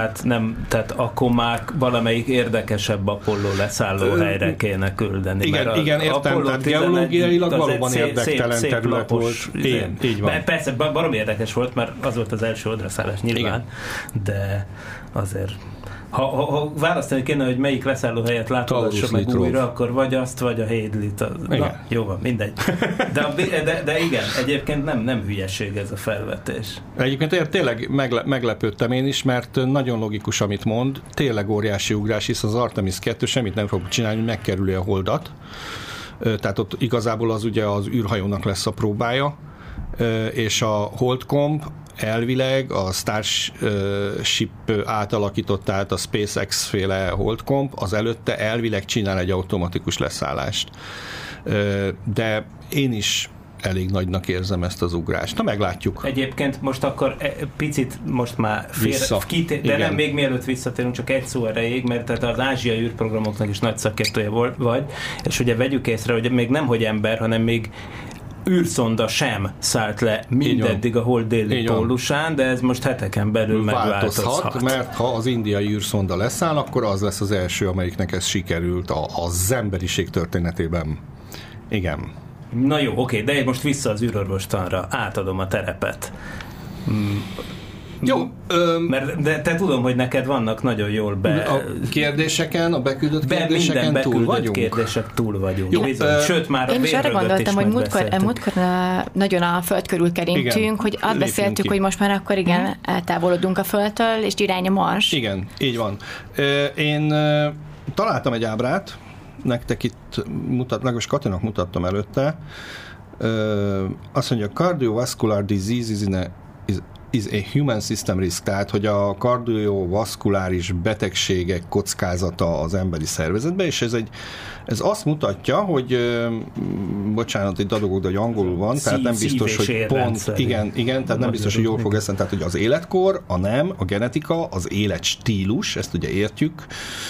Tehát akkor már valamelyik érdekesebb Apollo leszállóhelyre kéne küldeni. Igen, értem, tehát geológiailag valóban érdektelen terület volt. Így van. Persze, baromi érdekes volt, mert az volt az első odaszállás nyilván, de azért... Ha választani kéne, hogy melyik leszállóhelyet látogassa meg újra, akkor vagy azt, vagy a Hadley-t. Na, jó van, mindegy. De igen, egyébként nem hülyeség ez a felvetés. Egyébként tényleg meglepődtem én is, mert nagyon logikus, amit mond. Tényleg óriási ugrás, hisz az Artemis 2 semmit nem fog csinálni, hogy megkerüli a Holdat. Tehát ott igazából az ugye az űrhajónak lesz a próbája, és a Holdkomp elvileg a Starship átalakított, tehát a SpaceX-féle holdkomp, az előtte elvileg csinál egy automatikus leszállást. De én is elég nagynak érzem ezt az ugrást. Na, meglátjuk. Egyébként most akkor picit most már de nem, még mielőtt visszatérünk, csak egy szó erejéig, mert tehát az ázsiai űrprogramoknak is nagy szakértője vagy, és ugye vegyük észre, hogy még nem hogy ember, hanem még űrszonda sem szállt le mindeddig a hold déli pólusán, de ez most heteken belül megváltozhat. Mert ha az indiai űrszonda leszáll, akkor az lesz az első, amelyiknek ez sikerült az emberiség történetében. Igen. Na jó, oké, de most vissza az űrorvostanra, átadom a terepet. Jó. De te tudom, hogy neked vannak nagyon jól a kérdéseken, a beküldött kérdéseken túl vagyunk? Kérdések túl vagyunk. Jó, sőt, már én is arra gondoltam, hogy múltkor nagyon a föld körül keringtünk, igen, hogy azt beszéltük, hogy most már akkor eltávolodunk a földtől, és irány a Mars. Igen, így van. Én találtam egy ábrát, nektek itt legalábbis Katinak mutattam előtte. Azt mondja, cardiovascular disease is a human system risk, tehát hogy a kardiovaszkuláris betegségek kockázata az emberi szervezetben, és ez azt mutatja, hogy bocsánat, itt adogok, de hogy angolul van, tehát nem biztos, hogy pont, igen, tehát nem biztos, hogy jól fog eszem, tehát hogy az életkor, a nem, a genetika, az életstílus, ezt ugye értjük,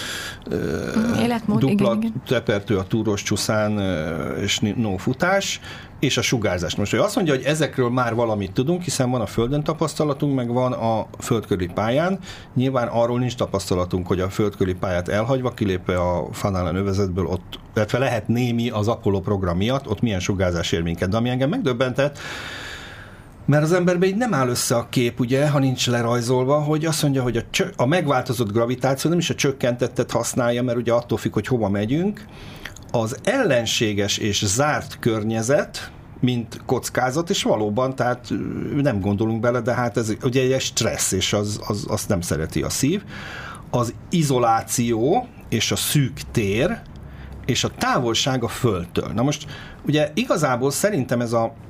életmód, dupla igen. tepertő a túros csúszán és no futás, és a sugárzás. Most ő azt mondja, hogy ezekről már valamit tudunk, hiszen van a Földön tapasztalatunk, meg van a földkörüli pályán. Nyilván arról nincs tapasztalatunk, hogy a földkörüli pályát elhagyva, kilépve a Van Allen övezetből, ott, illetve lehet némi az Apollo program miatt, ott milyen sugárzás ér minket. De ami engem megdöbbentett, mert az emberben így nem áll össze a kép, ugye, ha nincs lerajzolva, hogy azt mondja, hogy a megváltozott gravitáció nem is a csökkentettet használja, mert ugye attól függ, hogy hova megyünk. Az ellenséges és zárt környezet, mint kockázat, és valóban, tehát nem gondolunk bele, de hát ez ugye egy stressz, és azt nem szereti a szív. Az izoláció és a szűk tér, és a távolság a Földtől. Na most, ugye igazából szerintem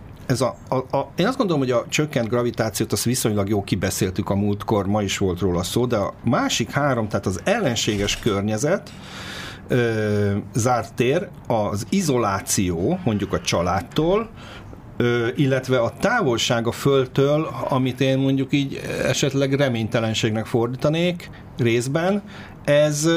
én azt gondolom, hogy a csökkent gravitációt azt viszonylag jó kibeszéltük a múltkor, ma is volt róla szó, de a másik három, tehát az ellenséges környezet, zárt tér, az izoláció, mondjuk a családtól, illetve a távolság a Földtől, amit én mondjuk így esetleg reménytelenségnek fordítanék részben, ez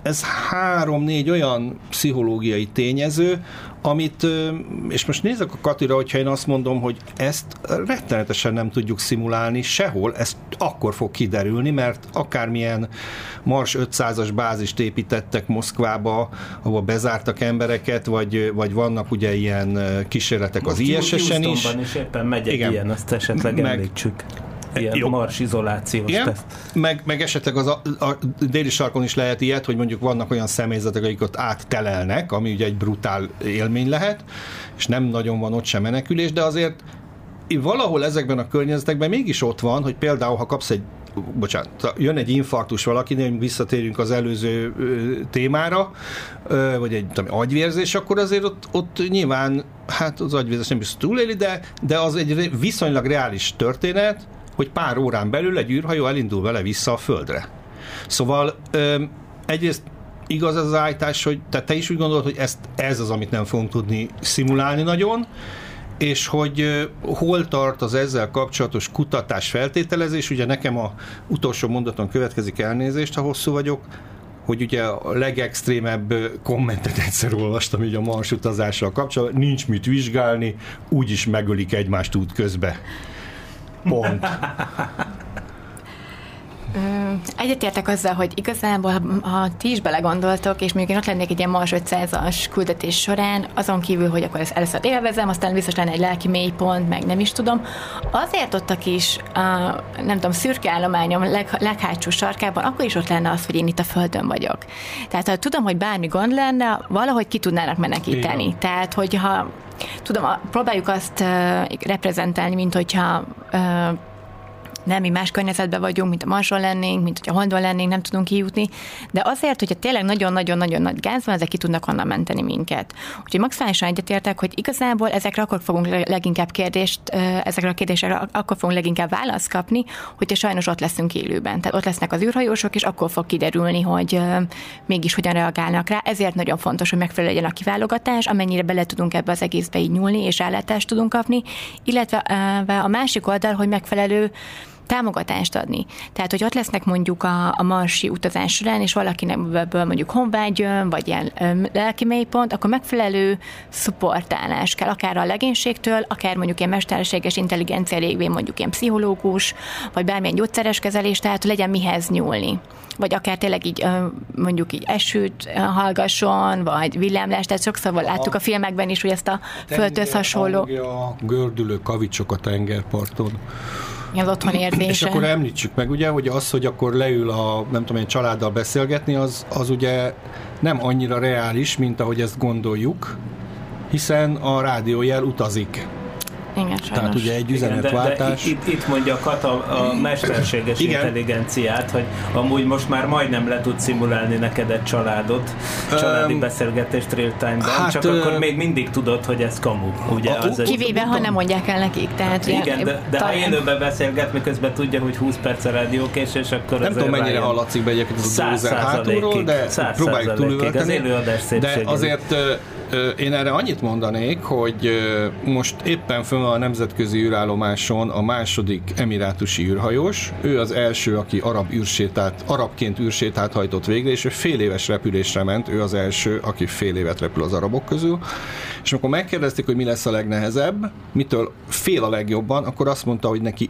3-4 olyan pszichológiai tényező, amit, és most nézzek a Katira, hogyha én azt mondom, hogy ezt rettenetesen nem tudjuk szimulálni sehol, ez akkor fog kiderülni, mert akármilyen Mars 500-as bázist építettek Moszkvába, ahol bezártak embereket, vagy vannak ugye ilyen kísérletek az ISS-en is. És éppen megy egy ilyen, azt esetleg említsük. Ilyen Mars izolációs teszt. Meg esetleg a déli sarkon is lehet ilyet, hogy mondjuk vannak olyan személyzetek, akik ott áttelelnek, ami ugye egy brutál élmény lehet, és nem nagyon van ott sem menekülés, de azért valahol ezekben a környezetekben mégis ott van, hogy például, ha kapsz jön egy infarktus valakinél, visszatérjünk az előző témára, vagy egy agyvérzés, akkor azért ott nyilván, hát az agyvérzés nem biztos túléli, de az egy viszonylag reális történet, hogy pár órán belül egy űrhajó elindul vele vissza a Földre. Szóval egyrészt igaz az állítás, hogy te is úgy gondolod, hogy ez az, amit nem fogunk tudni szimulálni nagyon, és hogy hol tart az ezzel kapcsolatos kutatás, feltételezés. Ugye nekem a utolsó mondaton következik, elnézést, ha hosszú vagyok, hogy ugye a legextrémebb kommentet egyszer olvastam így a Mars utazással kapcsolatban, nincs mit vizsgálni, úgyis megölik egymást út közbe. Pont. Egyetértek azzal, hogy igazából, ha ti is belegondoltok, és mondjuk én ott lennék egy ilyen Mars 500-as küldetés során, azon kívül, hogy akkor ezt először élvezem, aztán biztos lenne egy lelki mélypont, meg nem is tudom. Azért ott a kis, nem tudom, szürke állományom leghátsó sarkában, akkor is ott lenne az, hogy én itt a Földön vagyok. Tehát ha tudom, hogy bármi gond lenne, valahogy ki tudnának menekíteni. Igen. Tehát, hogyha tudom, próbáljuk azt reprezentálni, mint hogyha nem, mi más környezetben vagyunk, mint a Marson lennénk, mint hogy a Holdon lennénk, nem tudunk kijutni, de azért, hogyha tényleg nagyon-nagyon-nagyon nagy gáz van, ezek ki tudnak onnan menteni minket. Úgyhogy maximálisan egyetértek, hogy igazából ezekre akkor fogunk leginkább ezekre a kérdésekre akkor fogunk leginkább választ kapni, hogyha sajnos ott leszünk élőben. Tehát ott lesznek az űrhajósok, és akkor fog kiderülni, hogy mégis hogyan reagálnak rá. Ezért nagyon fontos, hogy megfelelő legyen a kiválogatás, amennyire bele tudunk ebbe az egészbe így nyúlni, és rálátást tudunk kapni, illetve a másik oldal, hogy megfelelő támogatást adni. Tehát, hogy ott lesznek mondjuk a marsi utazás során, és valakinek mondjuk honvágy jön, vagy ilyen lelki mélypont, akkor megfelelő szupportálás kell, akár a legénységtől, akár mondjuk ilyen mesterséges intelligencia révén mondjuk ilyen pszichológus, vagy bármilyen gyógyszeres kezelés, tehát legyen mihez nyúlni. Vagy akár tényleg így mondjuk így esőt hallgasson, vagy villámlást, tehát sokszor láttuk a filmekben is, hogy ezt a földhöz hasonló. A gördülő kavicsok a tengerparton. Az otthon érzése. És akkor említsük meg, ugye, hogy az, hogy akkor leül a, nem tudom én, családdal beszélgetni, az ugye nem annyira reális, mint ahogy ezt gondoljuk, hiszen a rádiójel utazik. Igen, tehát ugye egy üzenetváltás. Igen, de itt mondja Kata a mesterséges intelligenciát, hogy amúgy most már majdnem le tud szimulálni neked egy családi beszélgetést real time-ben, hát, csak akkor még mindig tudod, hogy ez kamu. Ugye, kivéve, ha nem mondják el nekik. Tehát igen, de ha élőben beszélget, miközben tudja, hogy 20 perc a rádiókésés, akkor nem tudom, mennyire hallatszik be egyébként az a dózer hátulról, de próbáljuk túlölteni. De azért én erre annyit mondanék, hogy most éppen fönn a nemzetközi űrállomáson a második emirátusi űrhajós. Ő az első, aki arabként űrsétát hajtott végre, és ő fél éves repülésre ment, ő az első, aki fél évet repül az arabok közül. És amikor megkérdezték, hogy mi lesz a legnehezebb, mitől fél a legjobban, akkor azt mondta, hogy neki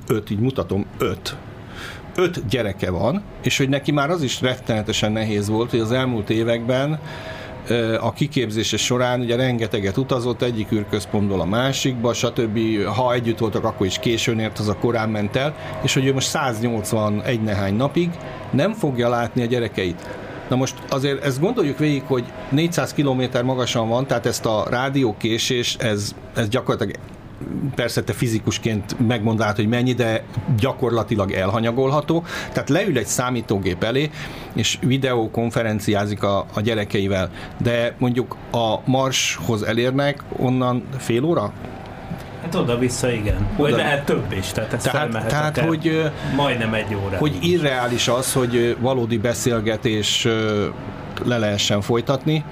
5 gyereke van, és hogy neki már az is rettenetesen nehéz volt, hogy az elmúlt években a kiképzése során ugye rengeteget utazott egyik űrközpontból a másikba, stb. Ha együtt voltak, akkor is későn ért, az a korán ment el, és hogy ő most 181 nehány napig nem fogja látni a gyerekeit. Na most azért ezt gondoljuk végig, hogy 400 kilométer magasan van, tehát ezt a rádiókésés, ez gyakorlatilag persze te fizikusként megmondanád, hogy mennyi, de gyakorlatilag elhanyagolható. Tehát leül egy számítógép elé, és videókonferenciázik a gyerekeivel. De mondjuk a Marshoz elérnek, onnan fél óra? Hát oda-vissza, igen. Vagy lehet több is, tehát ez felmehet hogy majdnem egy óra. Hogy irreális az, hogy valódi beszélgetés le lehessen folytatni.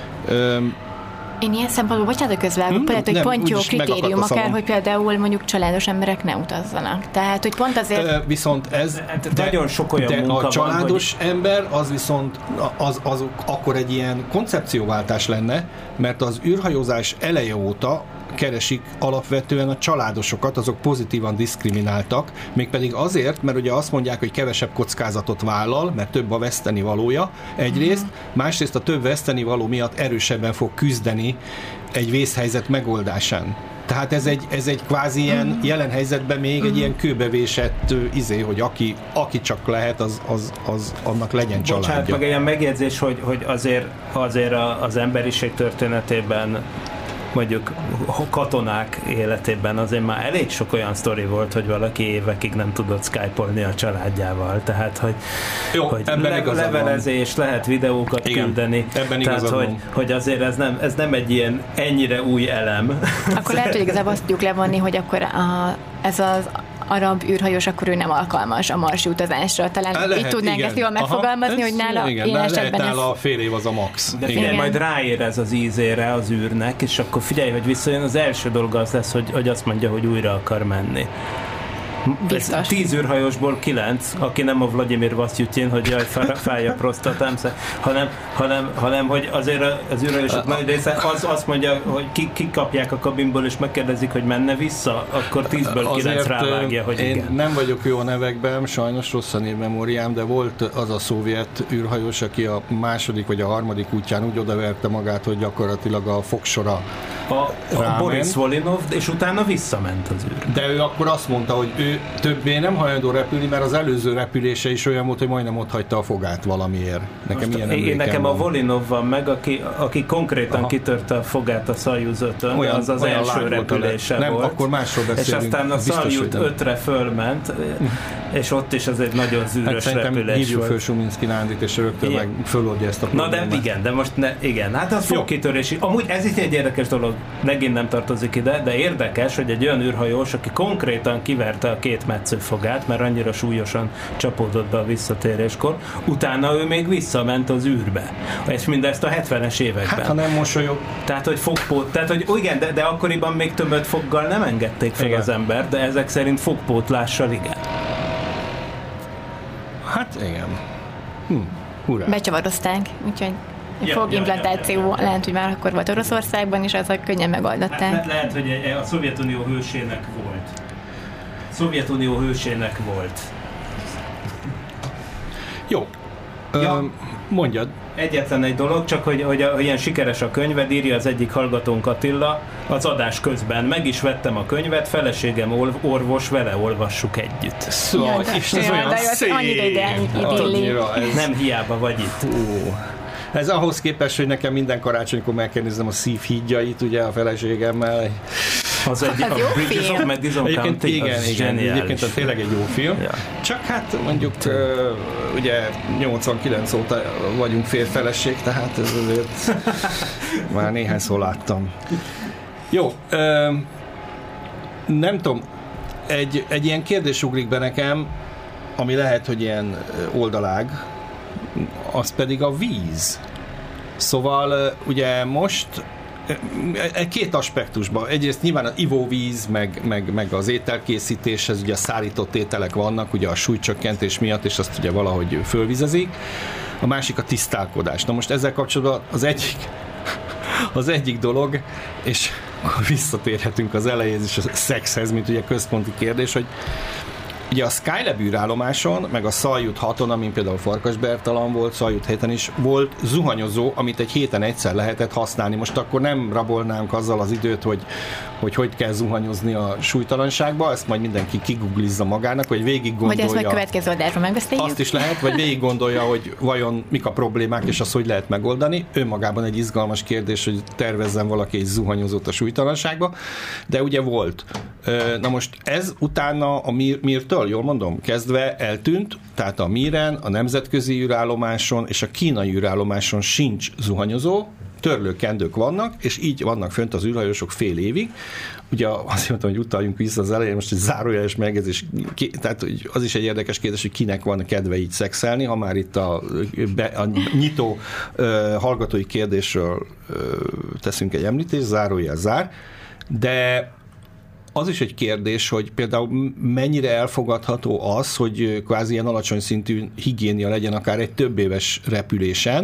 Én ilyen szempontból, bocsánat, közvágok, például, hogy pont jó kritérium, akár, hogy például mondjuk családos emberek ne utazzanak. Tehát, hogy pont azért... Viszont ez... nagyon sok olyan munka van, a családos ember, az viszont az akkor egy ilyen koncepcióváltás lenne, mert az űrhajózás eleje óta keresik alapvetően a családosokat, azok pozitívan diszkrimináltak, mégpedig azért, mert ugye azt mondják, hogy kevesebb kockázatot vállal, mert több a vesztenivalója egyrészt, másrészt a több vesztenivaló miatt erősebben fog küzdeni egy vészhelyzet megoldásán. Tehát ez egy kvázi ilyen jelen helyzetben még egy ilyen kőbevésett hogy aki csak lehet, az annak legyen családja. Bocsánat, meg ilyen megjegyzés, hogy azért az emberiség történetében mondjuk katonák életében azért már elég sok olyan sztori volt, hogy valaki évekig nem tudott skype-olni a családjával. Tehát, hogy levelezés, lehet videókat küldeni. Ebben tehát, hogy azért ez nem egy ilyen ennyire új elem. Akkor lehet, hogy igazából azt tudjuk levonni, hogy akkor ez az arab űrhajós, akkor ő nem alkalmas a marsi utazásra. Talán így tudnánk ezt jól megfogalmazni, hogy nála én esetben nála fél év az a max. De figyelj, majd ráér ez az ízére az űrnek, és akkor figyelj, hogy visszajön, az első dolga az lesz, hogy azt mondja, hogy újra akar menni. Biztos. 10 űrhajósból 9, aki nem a Vladimir Vasyutyin, hogy jaj, fáj a prostatám, hanem hogy azért az űrhajósok nagy része azt mondja, hogy ki kapják a kabinból, és megkérdezik, hogy menne vissza, akkor 10-ből 9 rávágja, hogy én igen. Nem vagyok jó a nevekben, sajnos rossz a névmemóriám, de volt az a szovjet űrhajós, aki a második vagy a harmadik útján úgy odaverte magát, hogy gyakorlatilag a fogsora a Boris Volinov, és utána visszament az űr. De ő akkor azt mondta, hogy ő ő többé nem hajlandó repülni, mert az előző repülése is olyan volt, hogy majdnem ott hagyta a fogát valamiért. Nekem a Volinov van meg, aki konkrétan kitörte a fogát a Szajuz 5-ön, az első repülése volt. Nem, akkor másról beszélünk. És aztán a Szajuz 5-re fölment, és ott is az egy nagyon zűrös repülés volt. Hívjuk föl Suminski Nándit, és rögtön meg föloldja ezt a problémát. Na de igen, de most igen, hát az fogkitörési. Amúgy ez is egy érdekes dolog, megint nem tartozik ide, de érdekes, hogy egy olyan űrhajós, aki konkrétan kiverte a két metszőfogát, mert annyira súlyosan csapódott be a visszatéréskor, utána ő még visszament az űrbe. És mindezt a 70-es években. Hát, ha nem mosolyog. Tehát, hogy fogpót, tehát, hogy igen, de akkoriban még többet foggal nem engedték fel az ember, de ezek szerint fogpótlással igen. Hát igen. Hurrá. Becsavarozták, úgyhogy fogimplantáció lehet, hogy már akkor volt Oroszországban, és ezek könnyen megoldották. Lehet, hogy a Szovjetunió hősének volt. Jó. Mondjad. Egyetlen egy dolog, csak hogy ilyen sikeres a könyved, írja az egyik hallgatónk Attila, az adás közben. Meg is vettem a könyvet, feleségem orvos, vele olvassuk együtt. Szóval, és ez olyan szép. Nem hiába vagy itt. Ez ahhoz képest, hogy nekem minden karácsonykor meg kell néznem a Szívhídjait, ugye a feleségemmel. Az egy a Bridges of Madison County, igen, egyébként tényleg egy jó film. Ja. Csak hát mondjuk ugye 89 óta vagyunk férfeleség, tehát ez azért már néhányszor láttam. Jó, nem tudom, egy ilyen kérdés ugrik be nekem, ami lehet, hogy ilyen oldalág, az pedig a víz. Szóval ugye most két aspektusban. Egyrészt nyilván az ivóvíz, meg az ételkészítéshez, ugye a szárított ételek vannak, ugye a súlycsökkentés miatt, és azt ugye valahogy fölvizezik. A másik a tisztálkodás. Na most ezzel kapcsolatban az egyik dolog, és akkor visszatérhetünk az elejéhez és a szexhez, mint ugye központi kérdés, hogy ugye a Skylab űrállomáson, meg a Szajut 6-on, amin például Farkas Bertalan volt, Szajut 7-en is volt zuhanyozó, amit egy héten egyszer lehetett használni. Most akkor nem rabolnánk azzal az időt, hogy kell zuhanyozni a súlytalanságba, ezt majd mindenki kiguglizza magának, vagy végig gondolja. Vagy ezt majd következő adásra megbeszéljük. Azt is lehet, vagy végig gondolja, hogy vajon mik a problémák, és azt hogy lehet megoldani. Önmagában egy izgalmas kérdés, hogy tervezzen valaki egy zuhanyozót a súlytalanságba, de ugye volt. Na most ez utána a Mirtől, jól mondom, kezdve eltűnt, tehát a Miren, a nemzetközi űrállomáson és a kínai űrállomáson sincs zuhanyozó, törlőkendők vannak, és így vannak fönt az űrhajósok fél évig. Ugye azt mondtam, hogy utaljunk vissza az elején, most egy zárójeles megjegyzés, tehát az is egy érdekes kérdés, hogy kinek van kedve így szexelni, ha már itt a nyitó hallgatói kérdésről teszünk egy említést, zárójel zár, de az is egy kérdés, hogy például mennyire elfogadható az, hogy kvázi ilyen alacsony szintű higiénia legyen akár egy több éves repülésen.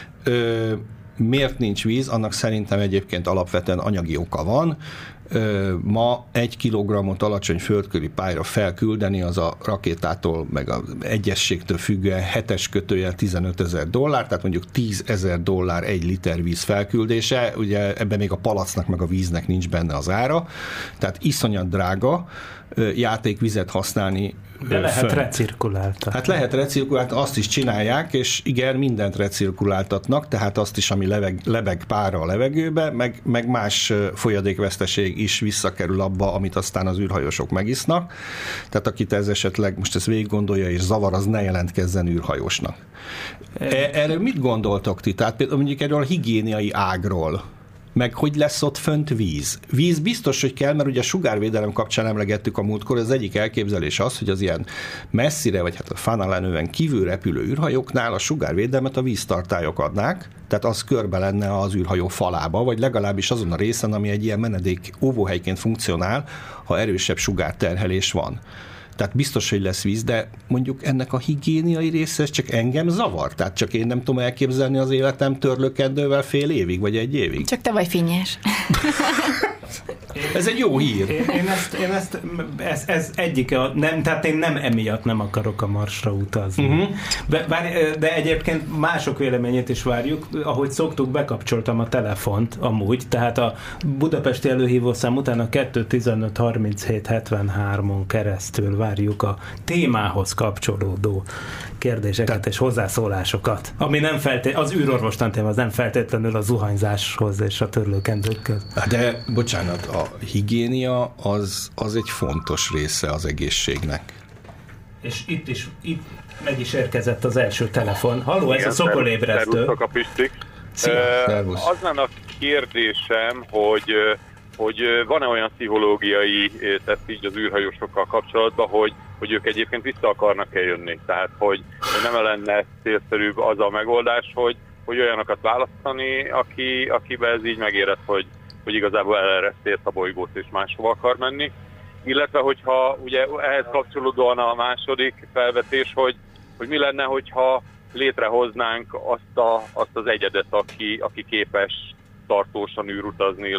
Miért nincs víz? Annak szerintem egyébként alapvetően anyagi oka van. Ma 1 kilogrammot alacsony földköri pályára felküldeni, az a rakétától, meg az egyességtől függően 7-es kötőjel $15,000, tehát mondjuk $10,000 1 liter víz felküldése, ugye ebben még a palacnak meg a víznek nincs benne az ára, tehát iszonyat drága játékvizet használni. De lehet recirkuláltatni. Hát lehet recirkuláltatni, azt is csinálják, és igen, mindent recirkuláltatnak, tehát azt is, ami lebeg pára a levegőbe, meg más folyadékveszteség is visszakerül abba, amit aztán az űrhajósok megisznak. Tehát akit ez esetleg most ezt végig gondolja és zavar, az ne jelentkezzen űrhajósnak. Erről mit gondoltok ti? Tehát például mondjuk erről a higiéniai ágról, meg hogy lesz ott fönt víz. Víz biztos, hogy kell, mert ugye a sugárvédelem kapcsán emlegettük a múltkor, az egyik elképzelés az, hogy az ilyen messzire, vagy hát a Fanalenően kívül repülő űrhajóknál a sugárvédelmet a víztartályok adnák, tehát az körbe lenne az űrhajó falába, vagy legalábbis azon a részen, ami egy ilyen menedék óvóhelyként funkcionál, ha erősebb sugárterhelés van. Tehát biztos, hogy lesz víz, de mondjuk ennek a higiéniai része csak engem zavar. Tehát csak én nem tudom elképzelni az életem törlőkendővel fél évig, vagy 1 évig. Csak te vagy finnyes. Ez egy jó hír. Ez egyike, tehát én nem emiatt nem akarok a Marsra utazni. De egyébként mások véleményét is várjuk. Ahogy szoktuk, bekapcsoltam a telefont amúgy, tehát a budapesti előhívószám után a 215-37-73-on keresztül várjuk a témához kapcsolódó kérdéseket és hozzászólásokat. Ami nem az űrorvostan téma, az nem feltétlenül a zuhanyzáshoz és a törlőkendőkhöz. De bocsánat, a higiénia az egy fontos része az egészségnek. És itt meg is érkezett az első telefon. Halló, ez a Szokolébresztő. Szervusztok, a Pistik. Az lenne a kérdésem, hogy van-e olyan pszichológiai teszt így az űrhajósokkal kapcsolatban, hogy ők egyébként vissza akarnak-e jönni. Tehát, hogy nem lenne célszerűbb az a megoldás, hogy olyanokat választani, akiben ez így megérett, hogy igazából elereszti a bolygót és máshova akar menni. Illetve, hogyha ugye ehhez kapcsolódóan a második felvetés, hogy mi lenne, hogyha létrehoznánk azt az egyedet, aki képes tartósan űrutazni,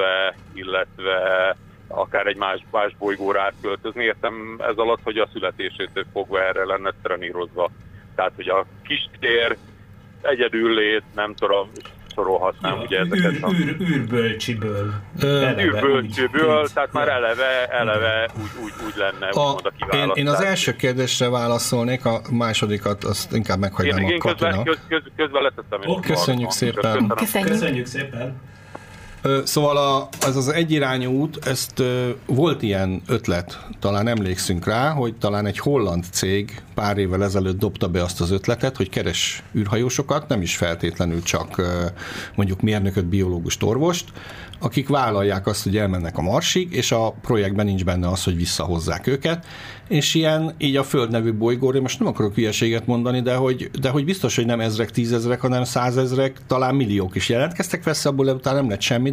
illetve akár egy más bolygóra átköltözni. Értem ez alatt, hogy a születésétől fogva erre lenne trenírozva. Tehát, hogy a kistér, egyedüllét, nem tudom, sorolhatnám ugye ezeket. Űrbölcsiből. Űrbölcsiből, tehát már eleve úgy lenne úgymond a kiválasztás. Én az első kérdésre válaszolnék, a másodikat azt inkább meghagynám a Katinak. Közben leteszem. Köszönjük szépen. Köszönjük szépen. Szóval az egyirányú út, ezt volt ilyen ötlet, talán emlékszünk rá, hogy talán egy holland cég pár évvel ezelőtt dobta be azt az ötletet, hogy keres űrhajósokat, nem is feltétlenül csak mondjuk mérnököt, biológust, orvost, akik vállalják azt, hogy elmennek a Marsig, és a projektben nincs benne az, hogy visszahozzák őket, és így a Föld nevű bolygóra, most nem akarok hülyeséget mondani, de hogy biztos, hogy nem ezrek, tízezrek, hanem százezrek, talán milliók is jelentkeztek, persze abból utána nem lett semmi,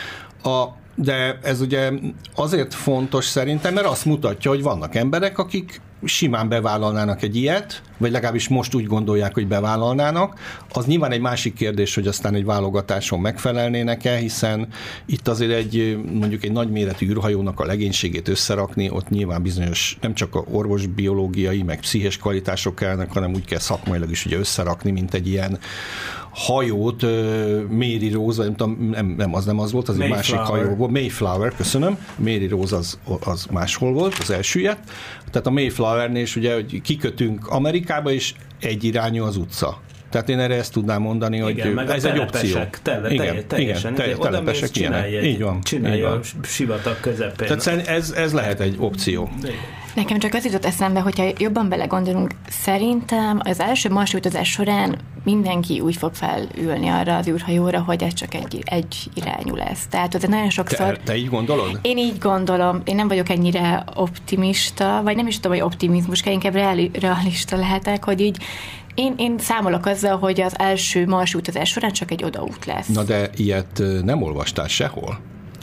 de ez ugye azért fontos szerintem, mert azt mutatja, hogy vannak emberek, akik simán bevállalnának egy ilyet, vagy legalábbis most úgy gondolják, hogy bevállalnának. Az nyilván egy másik kérdés, hogy aztán egy válogatáson megfelelnének-e, hiszen itt azért mondjuk egy nagyméretű űrhajónak a legénységét összerakni, ott nyilván bizonyos nem csak a orvosbiológiai, meg pszichés kvalitások kellnek, hanem úgy kell szakmailag is ugye összerakni, mint egy ilyen hajót, Mary Rose, vagy nem az volt, az egy másik hajó volt. Mayflower, köszönöm. Mary Rose az máshol volt, az elsüllyedt. Tehát a Mayflowernél is ugye, hogy kikötünk Amerikába, és egyirányú az utca. Tehát én erre ezt tudnám mondani, igen, hogy ez egy opció. Teljesen. Telepesek ilyen. Így van. Csinálja a sivatag közepén. Tehát ez lehet egy opció. Nekem csak az jutott eszembe, hogyha jobban belegondolunk, szerintem az első Mars utazás során mindenki úgy fog felülni arra az űrhajóra, hogy ez csak egy irányú lesz. Tehát azért nagyon sokszor... Te így gondolod? Én így gondolom. Én nem vagyok ennyire optimista, vagy nem is tudom, hogy optimizmus kell, inkább realista lehetek, hogy így én számolok azzal, hogy az első Mars utazás során csak egy odaút lesz. Na de ilyet nem olvastál sehol?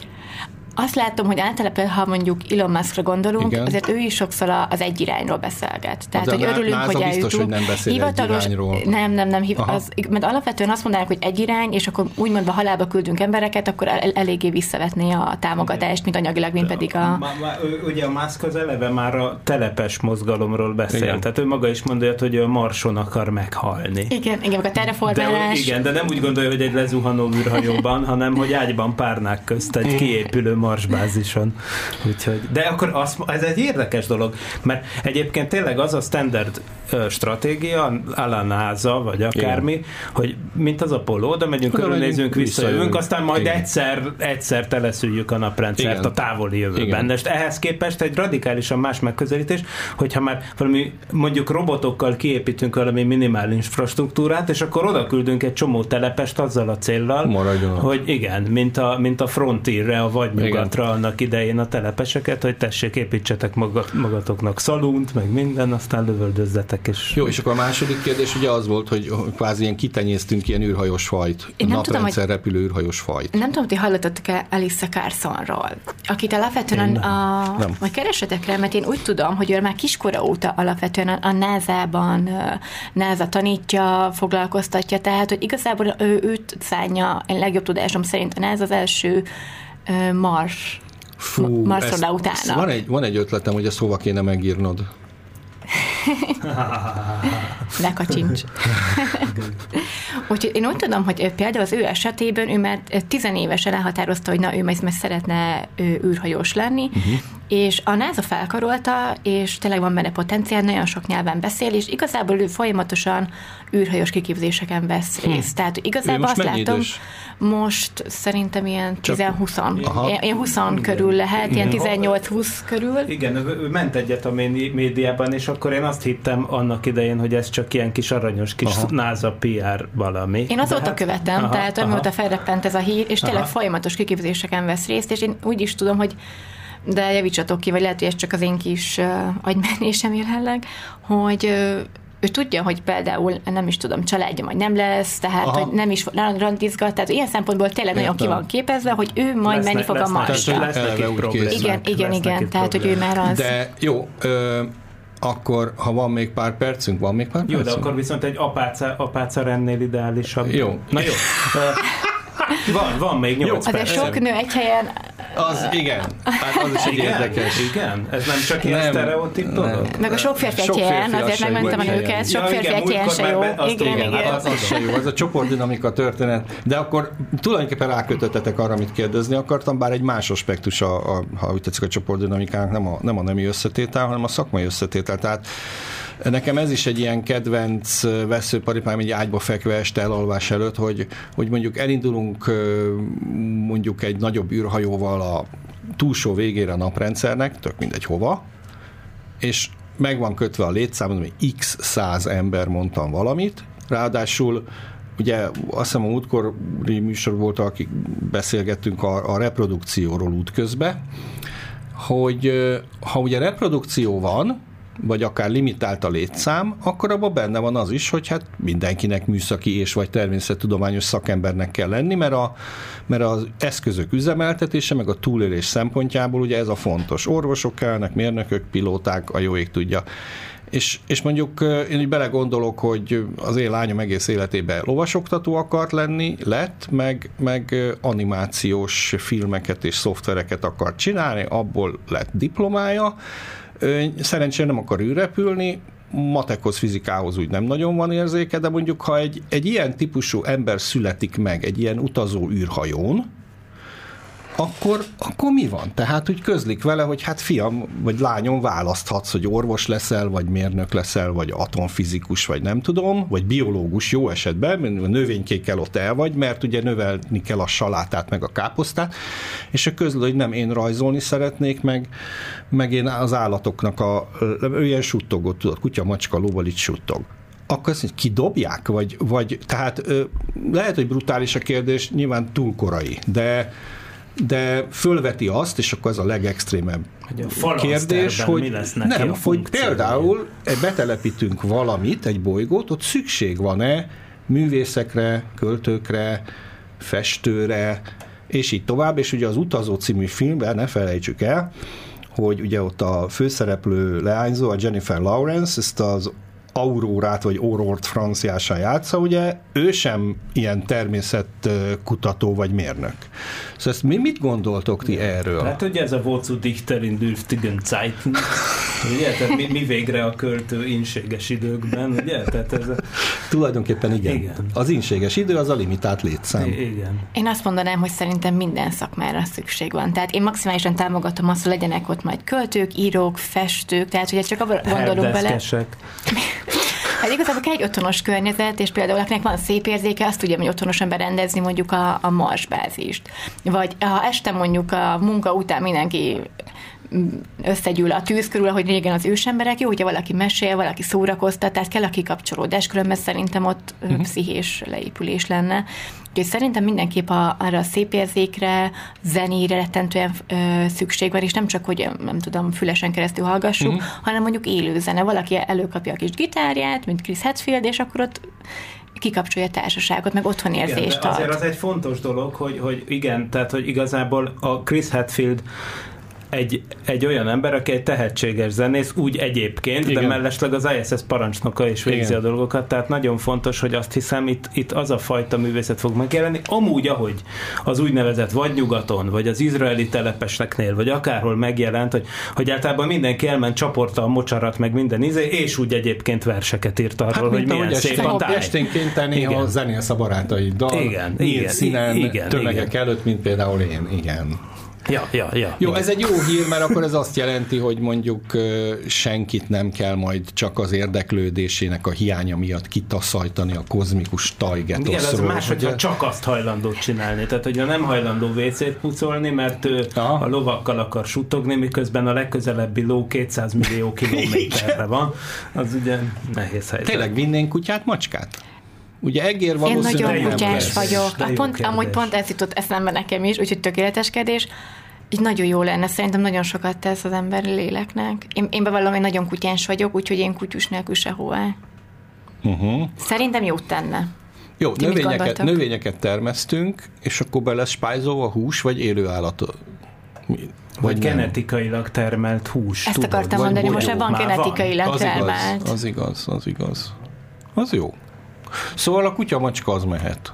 Azt látom, hogy általában, ha mondjuk Elon Muskra gondolunk, igen, azért ő is sokszor az egy irányról beszélget. Tehát, hogy örülünk, hogy eljutunk. Biztos, hogy nem beszél egy irányról. Nem. Mert alapvetően azt mondanák, hogy egy irány, és akkor úgymond ha halálba küldünk embereket, akkor eléggé visszavetné a támogatást, mint anyagilag, mint pedig a... Ugye a Musk az eleve már a telepes mozgalomról beszél. Igen. Tehát ő maga is mondja, hogy ő Marson akar meghalni. Igen, meg a terraformálás. Igen, de nem úgy gondolja, hogy egy lezuhanó űrhajóban, hanem hogy ágyban párnák közt egy kiépülő marsbázison. Úgyhogy, de akkor ez egy érdekes dolog, mert egyébként tényleg az a standard stratégia, a la NASA, vagy akármi, igen, hogy mint az Apollo, oda megyünk, körülnézünk, visszajövünk, aztán majd egyszer teleszüljük a naprendszert, igen, a távoli jövőben. De ehhez képest egy radikálisan más megközelítés, hogyha már valami, mondjuk robotokkal kiépítünk valami minimál infrastruktúrát, és akkor oda küldünk egy csomó telepest azzal a céllal, maradjon, hogy igen, mint a Frontierre, a vadnyugatra annak idején a telepeseket, hogy tessék, építsetek magatoknak szalúnt, meg minden, aztán lövöldözzetek. Jó, és akkor a második kérdés ugye az volt, hogy kvázi ilyen kitenyésztünk ilyen űrhajós fajt, naprendszer repülő űrhajós fajt. Nem tudom, hogy hallottatok-e Alyssa Carsonról, akit alapvetően vagy keresetek rá, mert én úgy tudom, hogy ő már kiskora óta alapvetően a NASA-ban NASA tanítja, foglalkoztatja, tehát, hogy igazából őt szánja, én legjobb tudásom szerint a NASA az első utána. Van egy ötletem, hogy ezt hova kéne megírnod. Ne kacsincs. Úgyhogy én úgy tudom, hogy például az ő esetében ő már 10 évesen elhatározta, hogy na, ő majd szeretne űrhajós lenni, és a NASA felkarolta, és tényleg van benne potenciál, nagyon sok nyelven beszél, és igazából ő folyamatosan űrhajós kiképzéseken vesz részt. Tehát igazából azt látom, idős? Most szerintem ilyen 10-20, ilyen 20 körül lehet, ilyen 18-20 körül. Igen, ő ment egyet a médiában, és akkor én azt hittem annak idején, hogy ez csak ilyen kis aranyos kis NASA PR valami. Én azóta követem, tehát amióta felreppent ez a hír, és tényleg folyamatos kiképzéseken vesz részt, és én úgy is tudom, hogy de javítsatok ki, vagy lehet, hogy ez csak az én kis agymenésem jelenleg, hogy ő tudja, hogy például nem is tudom, családja majd nem lesz, tehát hogy nem is randizgat, tehát ilyen szempontból tényleg nagyon ki van képezve, hogy ő majd menni fog a Marsra. Igen, tehát hogy ő már az. De jó, akkor, ha van még pár percünk, Jó, de akkor viszont egy apáca rennél ideálisabb. Jó. Na jó. Van még 8 perc. Azért sok nő egy helyen... Az igen. Hát az is egy érdekes. Igen? Ez nem csak ilyen sztereotíp dolog? Meg a sok férfi egy helyen, azért megmentem a nőket, sok férfi egy helyen se jó. Igen. Az se jó, ez a csoportdinamika történet. De akkor tulajdonképpen rákötöttetek arra, amit kérdezni akartam, bár egy más aspektus, ha úgy tetszik, a csoportdinamikának nem a nemi összetétel, hanem a szakmai összetétel. Tehát nekem ez is egy ilyen kedvenc veszőparipám, egy ágyba fekve este elalvás előtt, hogy mondjuk elindulunk mondjuk egy nagyobb űrhajóval a túlsó végére a naprendszernek, tök mindegy hova, és meg van kötve a létszám, hogy x 100 ember, mondtam valamit, ráadásul ugye azt hiszem a múltkori műsor volt, akik beszélgettünk a reprodukcióról útközben, hogy ha ugye reprodukció van, vagy akár limitált a létszám, akkor abban benne van az is, hogy hát mindenkinek műszaki és vagy természettudományos szakembernek kell lenni, mert az eszközök üzemeltetése, meg a túlélés szempontjából ugye ez a fontos. Orvosok kellnek, mérnökök, pilóták, a jó ég tudja. És mondjuk én úgy belegondolok, hogy az én lányom egész életében lovasoktató akart lenni, meg animációs filmeket és szoftvereket akart csinálni, abból lett diplomája. Szerencsére nem akar űrrepülni, matekhoz, fizikához úgy nem nagyon van érzéke, de mondjuk, ha egy ilyen típusú ember születik meg egy ilyen utazó űrhajón, akkor mi van? Tehát úgy közlik vele, hogy hát fiam, vagy lányom, választhatsz, hogy orvos leszel, vagy mérnök leszel, vagy atomfizikus, vagy nem tudom, vagy biológus jó esetben, a növénykékkel ott el vagy, mert ugye növelni kell a salátát, meg a káposztát, és a közül, hogy nem, én rajzolni szeretnék, meg én az állatoknak ő ilyen suttogott, tudod, kutya, macska, lóval itt suttog. Akkor azt mondja, kidobják? Vagy tehát lehet, hogy brutális a kérdés, nyilván túl korai, de fölveti azt, és akkor ez a legextrémebb kérdés, hogy nem, hogy például betelepítünk valamit, egy bolygót, ott szükség van-e művészekre, költőkre, festőre, és így tovább, és ugye az Utazó című filmben, ne felejtsük el, hogy ugye ott a főszereplő leányzó, a Jennifer Lawrence, ezt az Aurórát, vagy Aurort franciásan játsza, ugye ő sem ilyen természetkutató vagy mérnök. Szóval ezt mit gondoltok ti erről? Hát ugye ez a Wozu Dichter in dürftigen Zeiten, ugye? Tehát mi végre a költő inséges időkben, ugye? Tehát ez Tulajdonképpen igen. Az inséges idő az a limitált létszám. Igen. Én azt mondanám, hogy szerintem minden szakmára szükség van. Tehát én maximálisan támogatom azt, hogy legyenek ott majd költők, írók, festők, tehát ugye csak abban gondolunk bele. Hát igazából kell egy otthonos környezet, és például akinek van szép érzéke, azt tudja, hogy otthonosan berendezni mondjuk a Marsbázist. Vagy ha este mondjuk a munka után mindenki összegyűl a tűz körül, ahogy régen az ősemberek, jó, hogyha valaki mesél, valaki szórakoztat, tehát kell a kikapcsolódás, különben szerintem ott pszichés leépülés lenne. Úgyhogy szerintem mindenképp arra a szép érzékre, zenére rettentően szükség van, és nem csak, hogy nem tudom, fülesen keresztül hallgassuk, hanem mondjuk élő zene. Valaki előkapja a kis gitárját, mint Chris Hadfield, és akkor ott kikapcsolja a társaságot, meg otthon érzést ad. Azért az egy fontos dolog, hogy igen, tehát hogy igazából a Chris Hadfield egy olyan ember, aki egy tehetséges zenész, úgy egyébként, igen. De mellesleg az ISS parancsnoka is végzi a dolgokat, tehát nagyon fontos, hogy azt hiszem itt az a fajta művészet fog megjelenni, amúgy, ahogy az úgynevezett vagy nyugaton, vagy az izraeli telepeseknél, vagy akárhol megjelent, hogy általában mindenki elment, csaporta a mocsarat, meg minden és úgy egyébként verseket írt arról, hogy milyen szép a táj. Esténként néha zenélsz a barátaiddal, nyílt színen, tömegek előtt, mint például én, igen. Ja. Jó, ez egy jó hír, mert akkor ez azt jelenti, hogy mondjuk senkit nem kell majd csak az érdeklődésének a hiánya miatt kitaszajtani a kozmikus tajgetoszról. Igen, ez más, hogyha csak azt hajlandó csinálni. Tehát, hogyha nem hajlandó WC-t pucolni, mert ő a lovakkal akar suttogni, miközben a legközelebbi ló 200 millió kilométerre van, az ugye nehéz helyzet. Tényleg vinnénk kutyát, macskát? Ugye egér valószínűleg én nagyon kutyás vagyok. Pont ez jutott eszembe nekem is, úgyhogy tökéleteskedés. Így nagyon jó lenne, szerintem nagyon sokat tesz az emberi léleknek. Én bevallom, én nagyon kutyás vagyok, úgyhogy én kutyus nélkül sehová. Szerintem jót tenne. Jó, növényeket termesztünk, és akkor be lesz spájzolva hús, vagy élő állat? Vagy genetikailag termelt hús. Ezt akartam mondani, most már van genetikailag termelt. Az igaz. Az jó. Szóval a kutya-macska az mehet.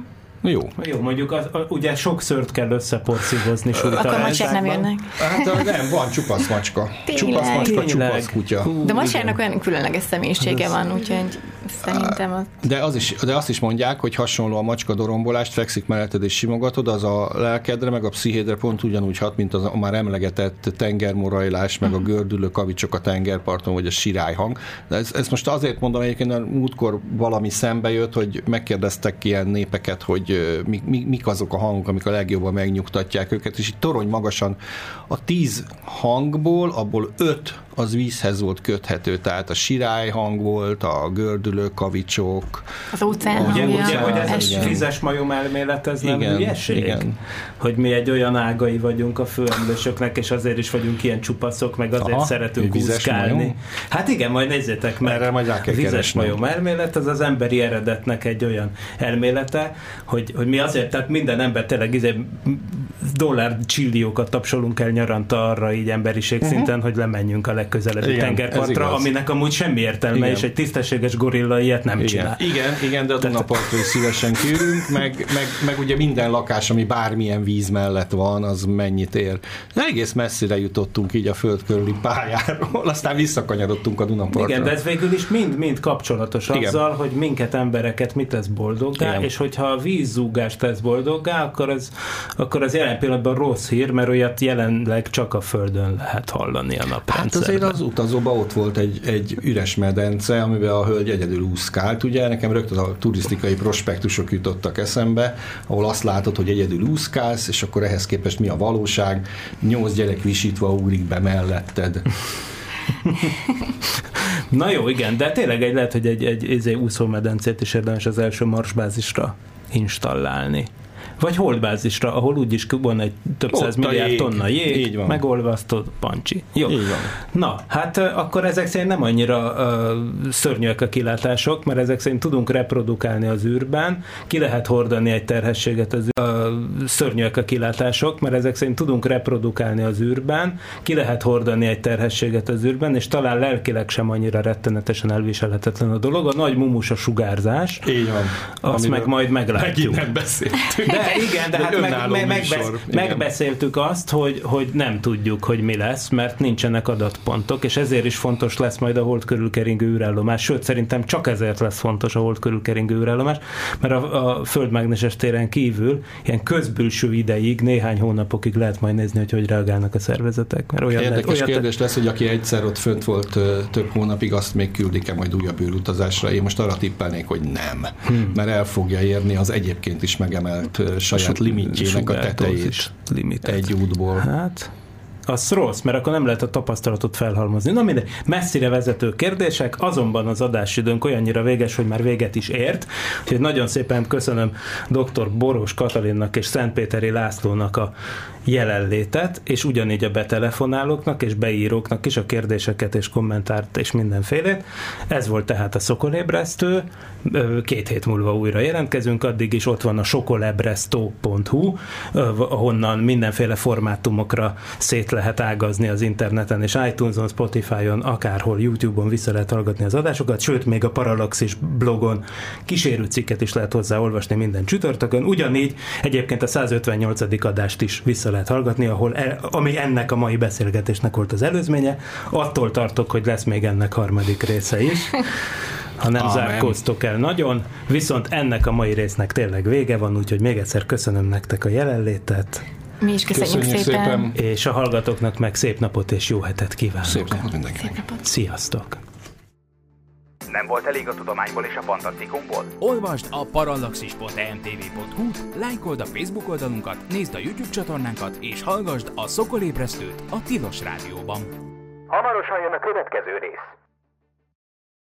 Jó, mondjuk ugye sok szőrt kell összeporszívozni súlytalanságban. Akkor macskák nem jönnek. Hát nem, van csupasz macska. Csupasz macska, csupasz kutya. De macskának olyan különleges személyisége van, úgyhogy szerintem az... De azt is mondják, hogy hasonló a macska dorombolást, fekszik melletted és simogatod, az a lelkedre, meg a pszichédre pont ugyanúgy hat, mint az a már emlegetett tengermorajlás, meg a gördülő kavicsok a tengerparton, vagy a sirályhang. De ezt most azért mondom, egyébként, mert múltkor valami szembe jött, hogy megkérdeztek ilyen népeket, hogy mik azok a hangok, amik a legjobban megnyugtatják őket, és itt torony magasan a 10 hangból, abból 5 az vízhez volt köthető, tehát a sirályhang volt, a gördülő kavicsok. Az óceán ugye, hogy ez a vizes majom elmélet, ez nem hülyeség? Igen. Hogy mi egy olyan ágai vagyunk a főemlősöknek, és azért is vagyunk ilyen csupaszok, meg azért szeretünk úszkálni. Hát igen, majd nézzétek meg. Erre majd rá kell vizes keresni. majom elmélet, az emberi eredetnek egy olyan elmélete, hogy mi azért, tehát minden ember tényleg dollárcsilliókat tapsolunk el nyaranta arra így emberiség szinten, hogy lemenjünk a legközelebbi tengerpartra, aminek amúgy semmi értelme, és egy tisztességes gorilla ilyet nem csinál. Igen, de a Dunapartra is szívesen kérünk, meg ugye minden lakás, ami bármilyen víz mellett van, az mennyit ér. De egész messzire jutottunk így a föld körüli pályáról, aztán visszakanyarodtunk a Dunapartra. Igen, de ez végül is mind kapcsolatos azzal, hogy minket embereket mit tesz boldoggá, és hogyha a vízzúgást tesz boldoggá, akkor az jelen pillanatban rossz hír, mert olyat jelenleg csak a Földön lehet hallani a naprendszerben. Hát azért az utazóban ott volt egy üres medence, amiben a hölgy egyedül úszkált. Ugye nekem rögtön a turisztikai prospektusok jutottak eszembe, ahol azt látod, hogy egyedül úszkálsz, és akkor ehhez képest mi a valóság? 8 gyerek visítva ugrik be melletted. Na jó, igen, de tényleg lehet, hogy egy úszómedencét is érdemes az első marsbázisra installálni. Vagy holdbázisra, ahol úgyis van egy több száz milliárd tonna jég, megolvasztod, pancsi. Jó. Na, hát akkor ezek szerint nem annyira szörnyűek a kilátások, mert ezek szerint tudunk reprodukálni az űrben, ki lehet hordani egy terhességet az szörnyűek a kilátások, mert ezek szerint tudunk reprodukálni az űrben, ki lehet hordani egy terhességet az űrben, és talán lelkileg sem annyira rettenetesen elviselhetetlen a dolog. A nagy mumus a sugárzás. Így van. Azt meg majd meglátjuk. Megint nem beszéltünk. De igen, de hát megbeszéltük azt, hogy nem tudjuk, hogy mi lesz, mert nincsenek adatpontok, és ezért is fontos lesz majd a hold körül keringő űrállomás. Sőt, szerintem csak ezért lesz fontos a hold körül keringő űrállomás, mert a földmágneses téren kívül ilyen közbülső ideig, néhány hónapokig lehet majd nézni, hogy reagálnak a szervezetek. Mert érdekes kérdés lesz, hogy aki egyszer ott fönt volt több hónapig, azt még küldik-e majd újabb űrutazásra. Én most arra tippelnék, hogy nem. Mert el fogja érni az egyébként is megemelt saját limitjének a tetejét egy útból. Hát, az rossz, mert akkor nem lehet a tapasztalatot felhalmozni. Na mindegy, messzire vezető kérdések, azonban az adásidőnk olyannyira véges, hogy már véget is ért. Úgyhogy nagyon szépen köszönöm dr. Boros Katalinnak és Szentpéteri Lászlónak a jelenlétet, és ugyanígy a betelefonálóknak és beíróknak is a kérdéseket és kommentárt és mindenfélét. Ez volt tehát a Szokolébresztő. 2 hét múlva újra jelentkezünk, addig is ott van a sokolebresztó.hu, ahonnan mindenféle formátumokra szét lehet ágazni az interneten, és iTunes-on, Spotify-on, akárhol, YouTube-on vissza lehet hallgatni az adásokat, sőt, még a Parallaxis blogon kísérő cikket is lehet hozzá olvasni minden csütörtökön. Ugyanígy egyébként a 158. adást is vissza lehet hallgatni, ami ennek a mai beszélgetésnek volt az előzménye. Attól tartok, hogy lesz még ennek harmadik része is, ha nem zárkóztok el nagyon. Viszont ennek a mai résznek tényleg vége van, úgyhogy még egyszer köszönöm nektek a jelenlétet. Mi is köszönjük szépen. És a hallgatóknak meg szép napot és jó hetet kívánok. Szép napot mindenkinek. Sziasztok! Nem volt elég a tudományból és a fantasztikumból? Olvasd a parallaxis.emtv.hu-t, lájkold a Facebook oldalunkat, nézd a YouTube csatornánkat, és hallgasd a Szokolébresztőt a Tilos Rádióban. Hamarosan jön a következő rész.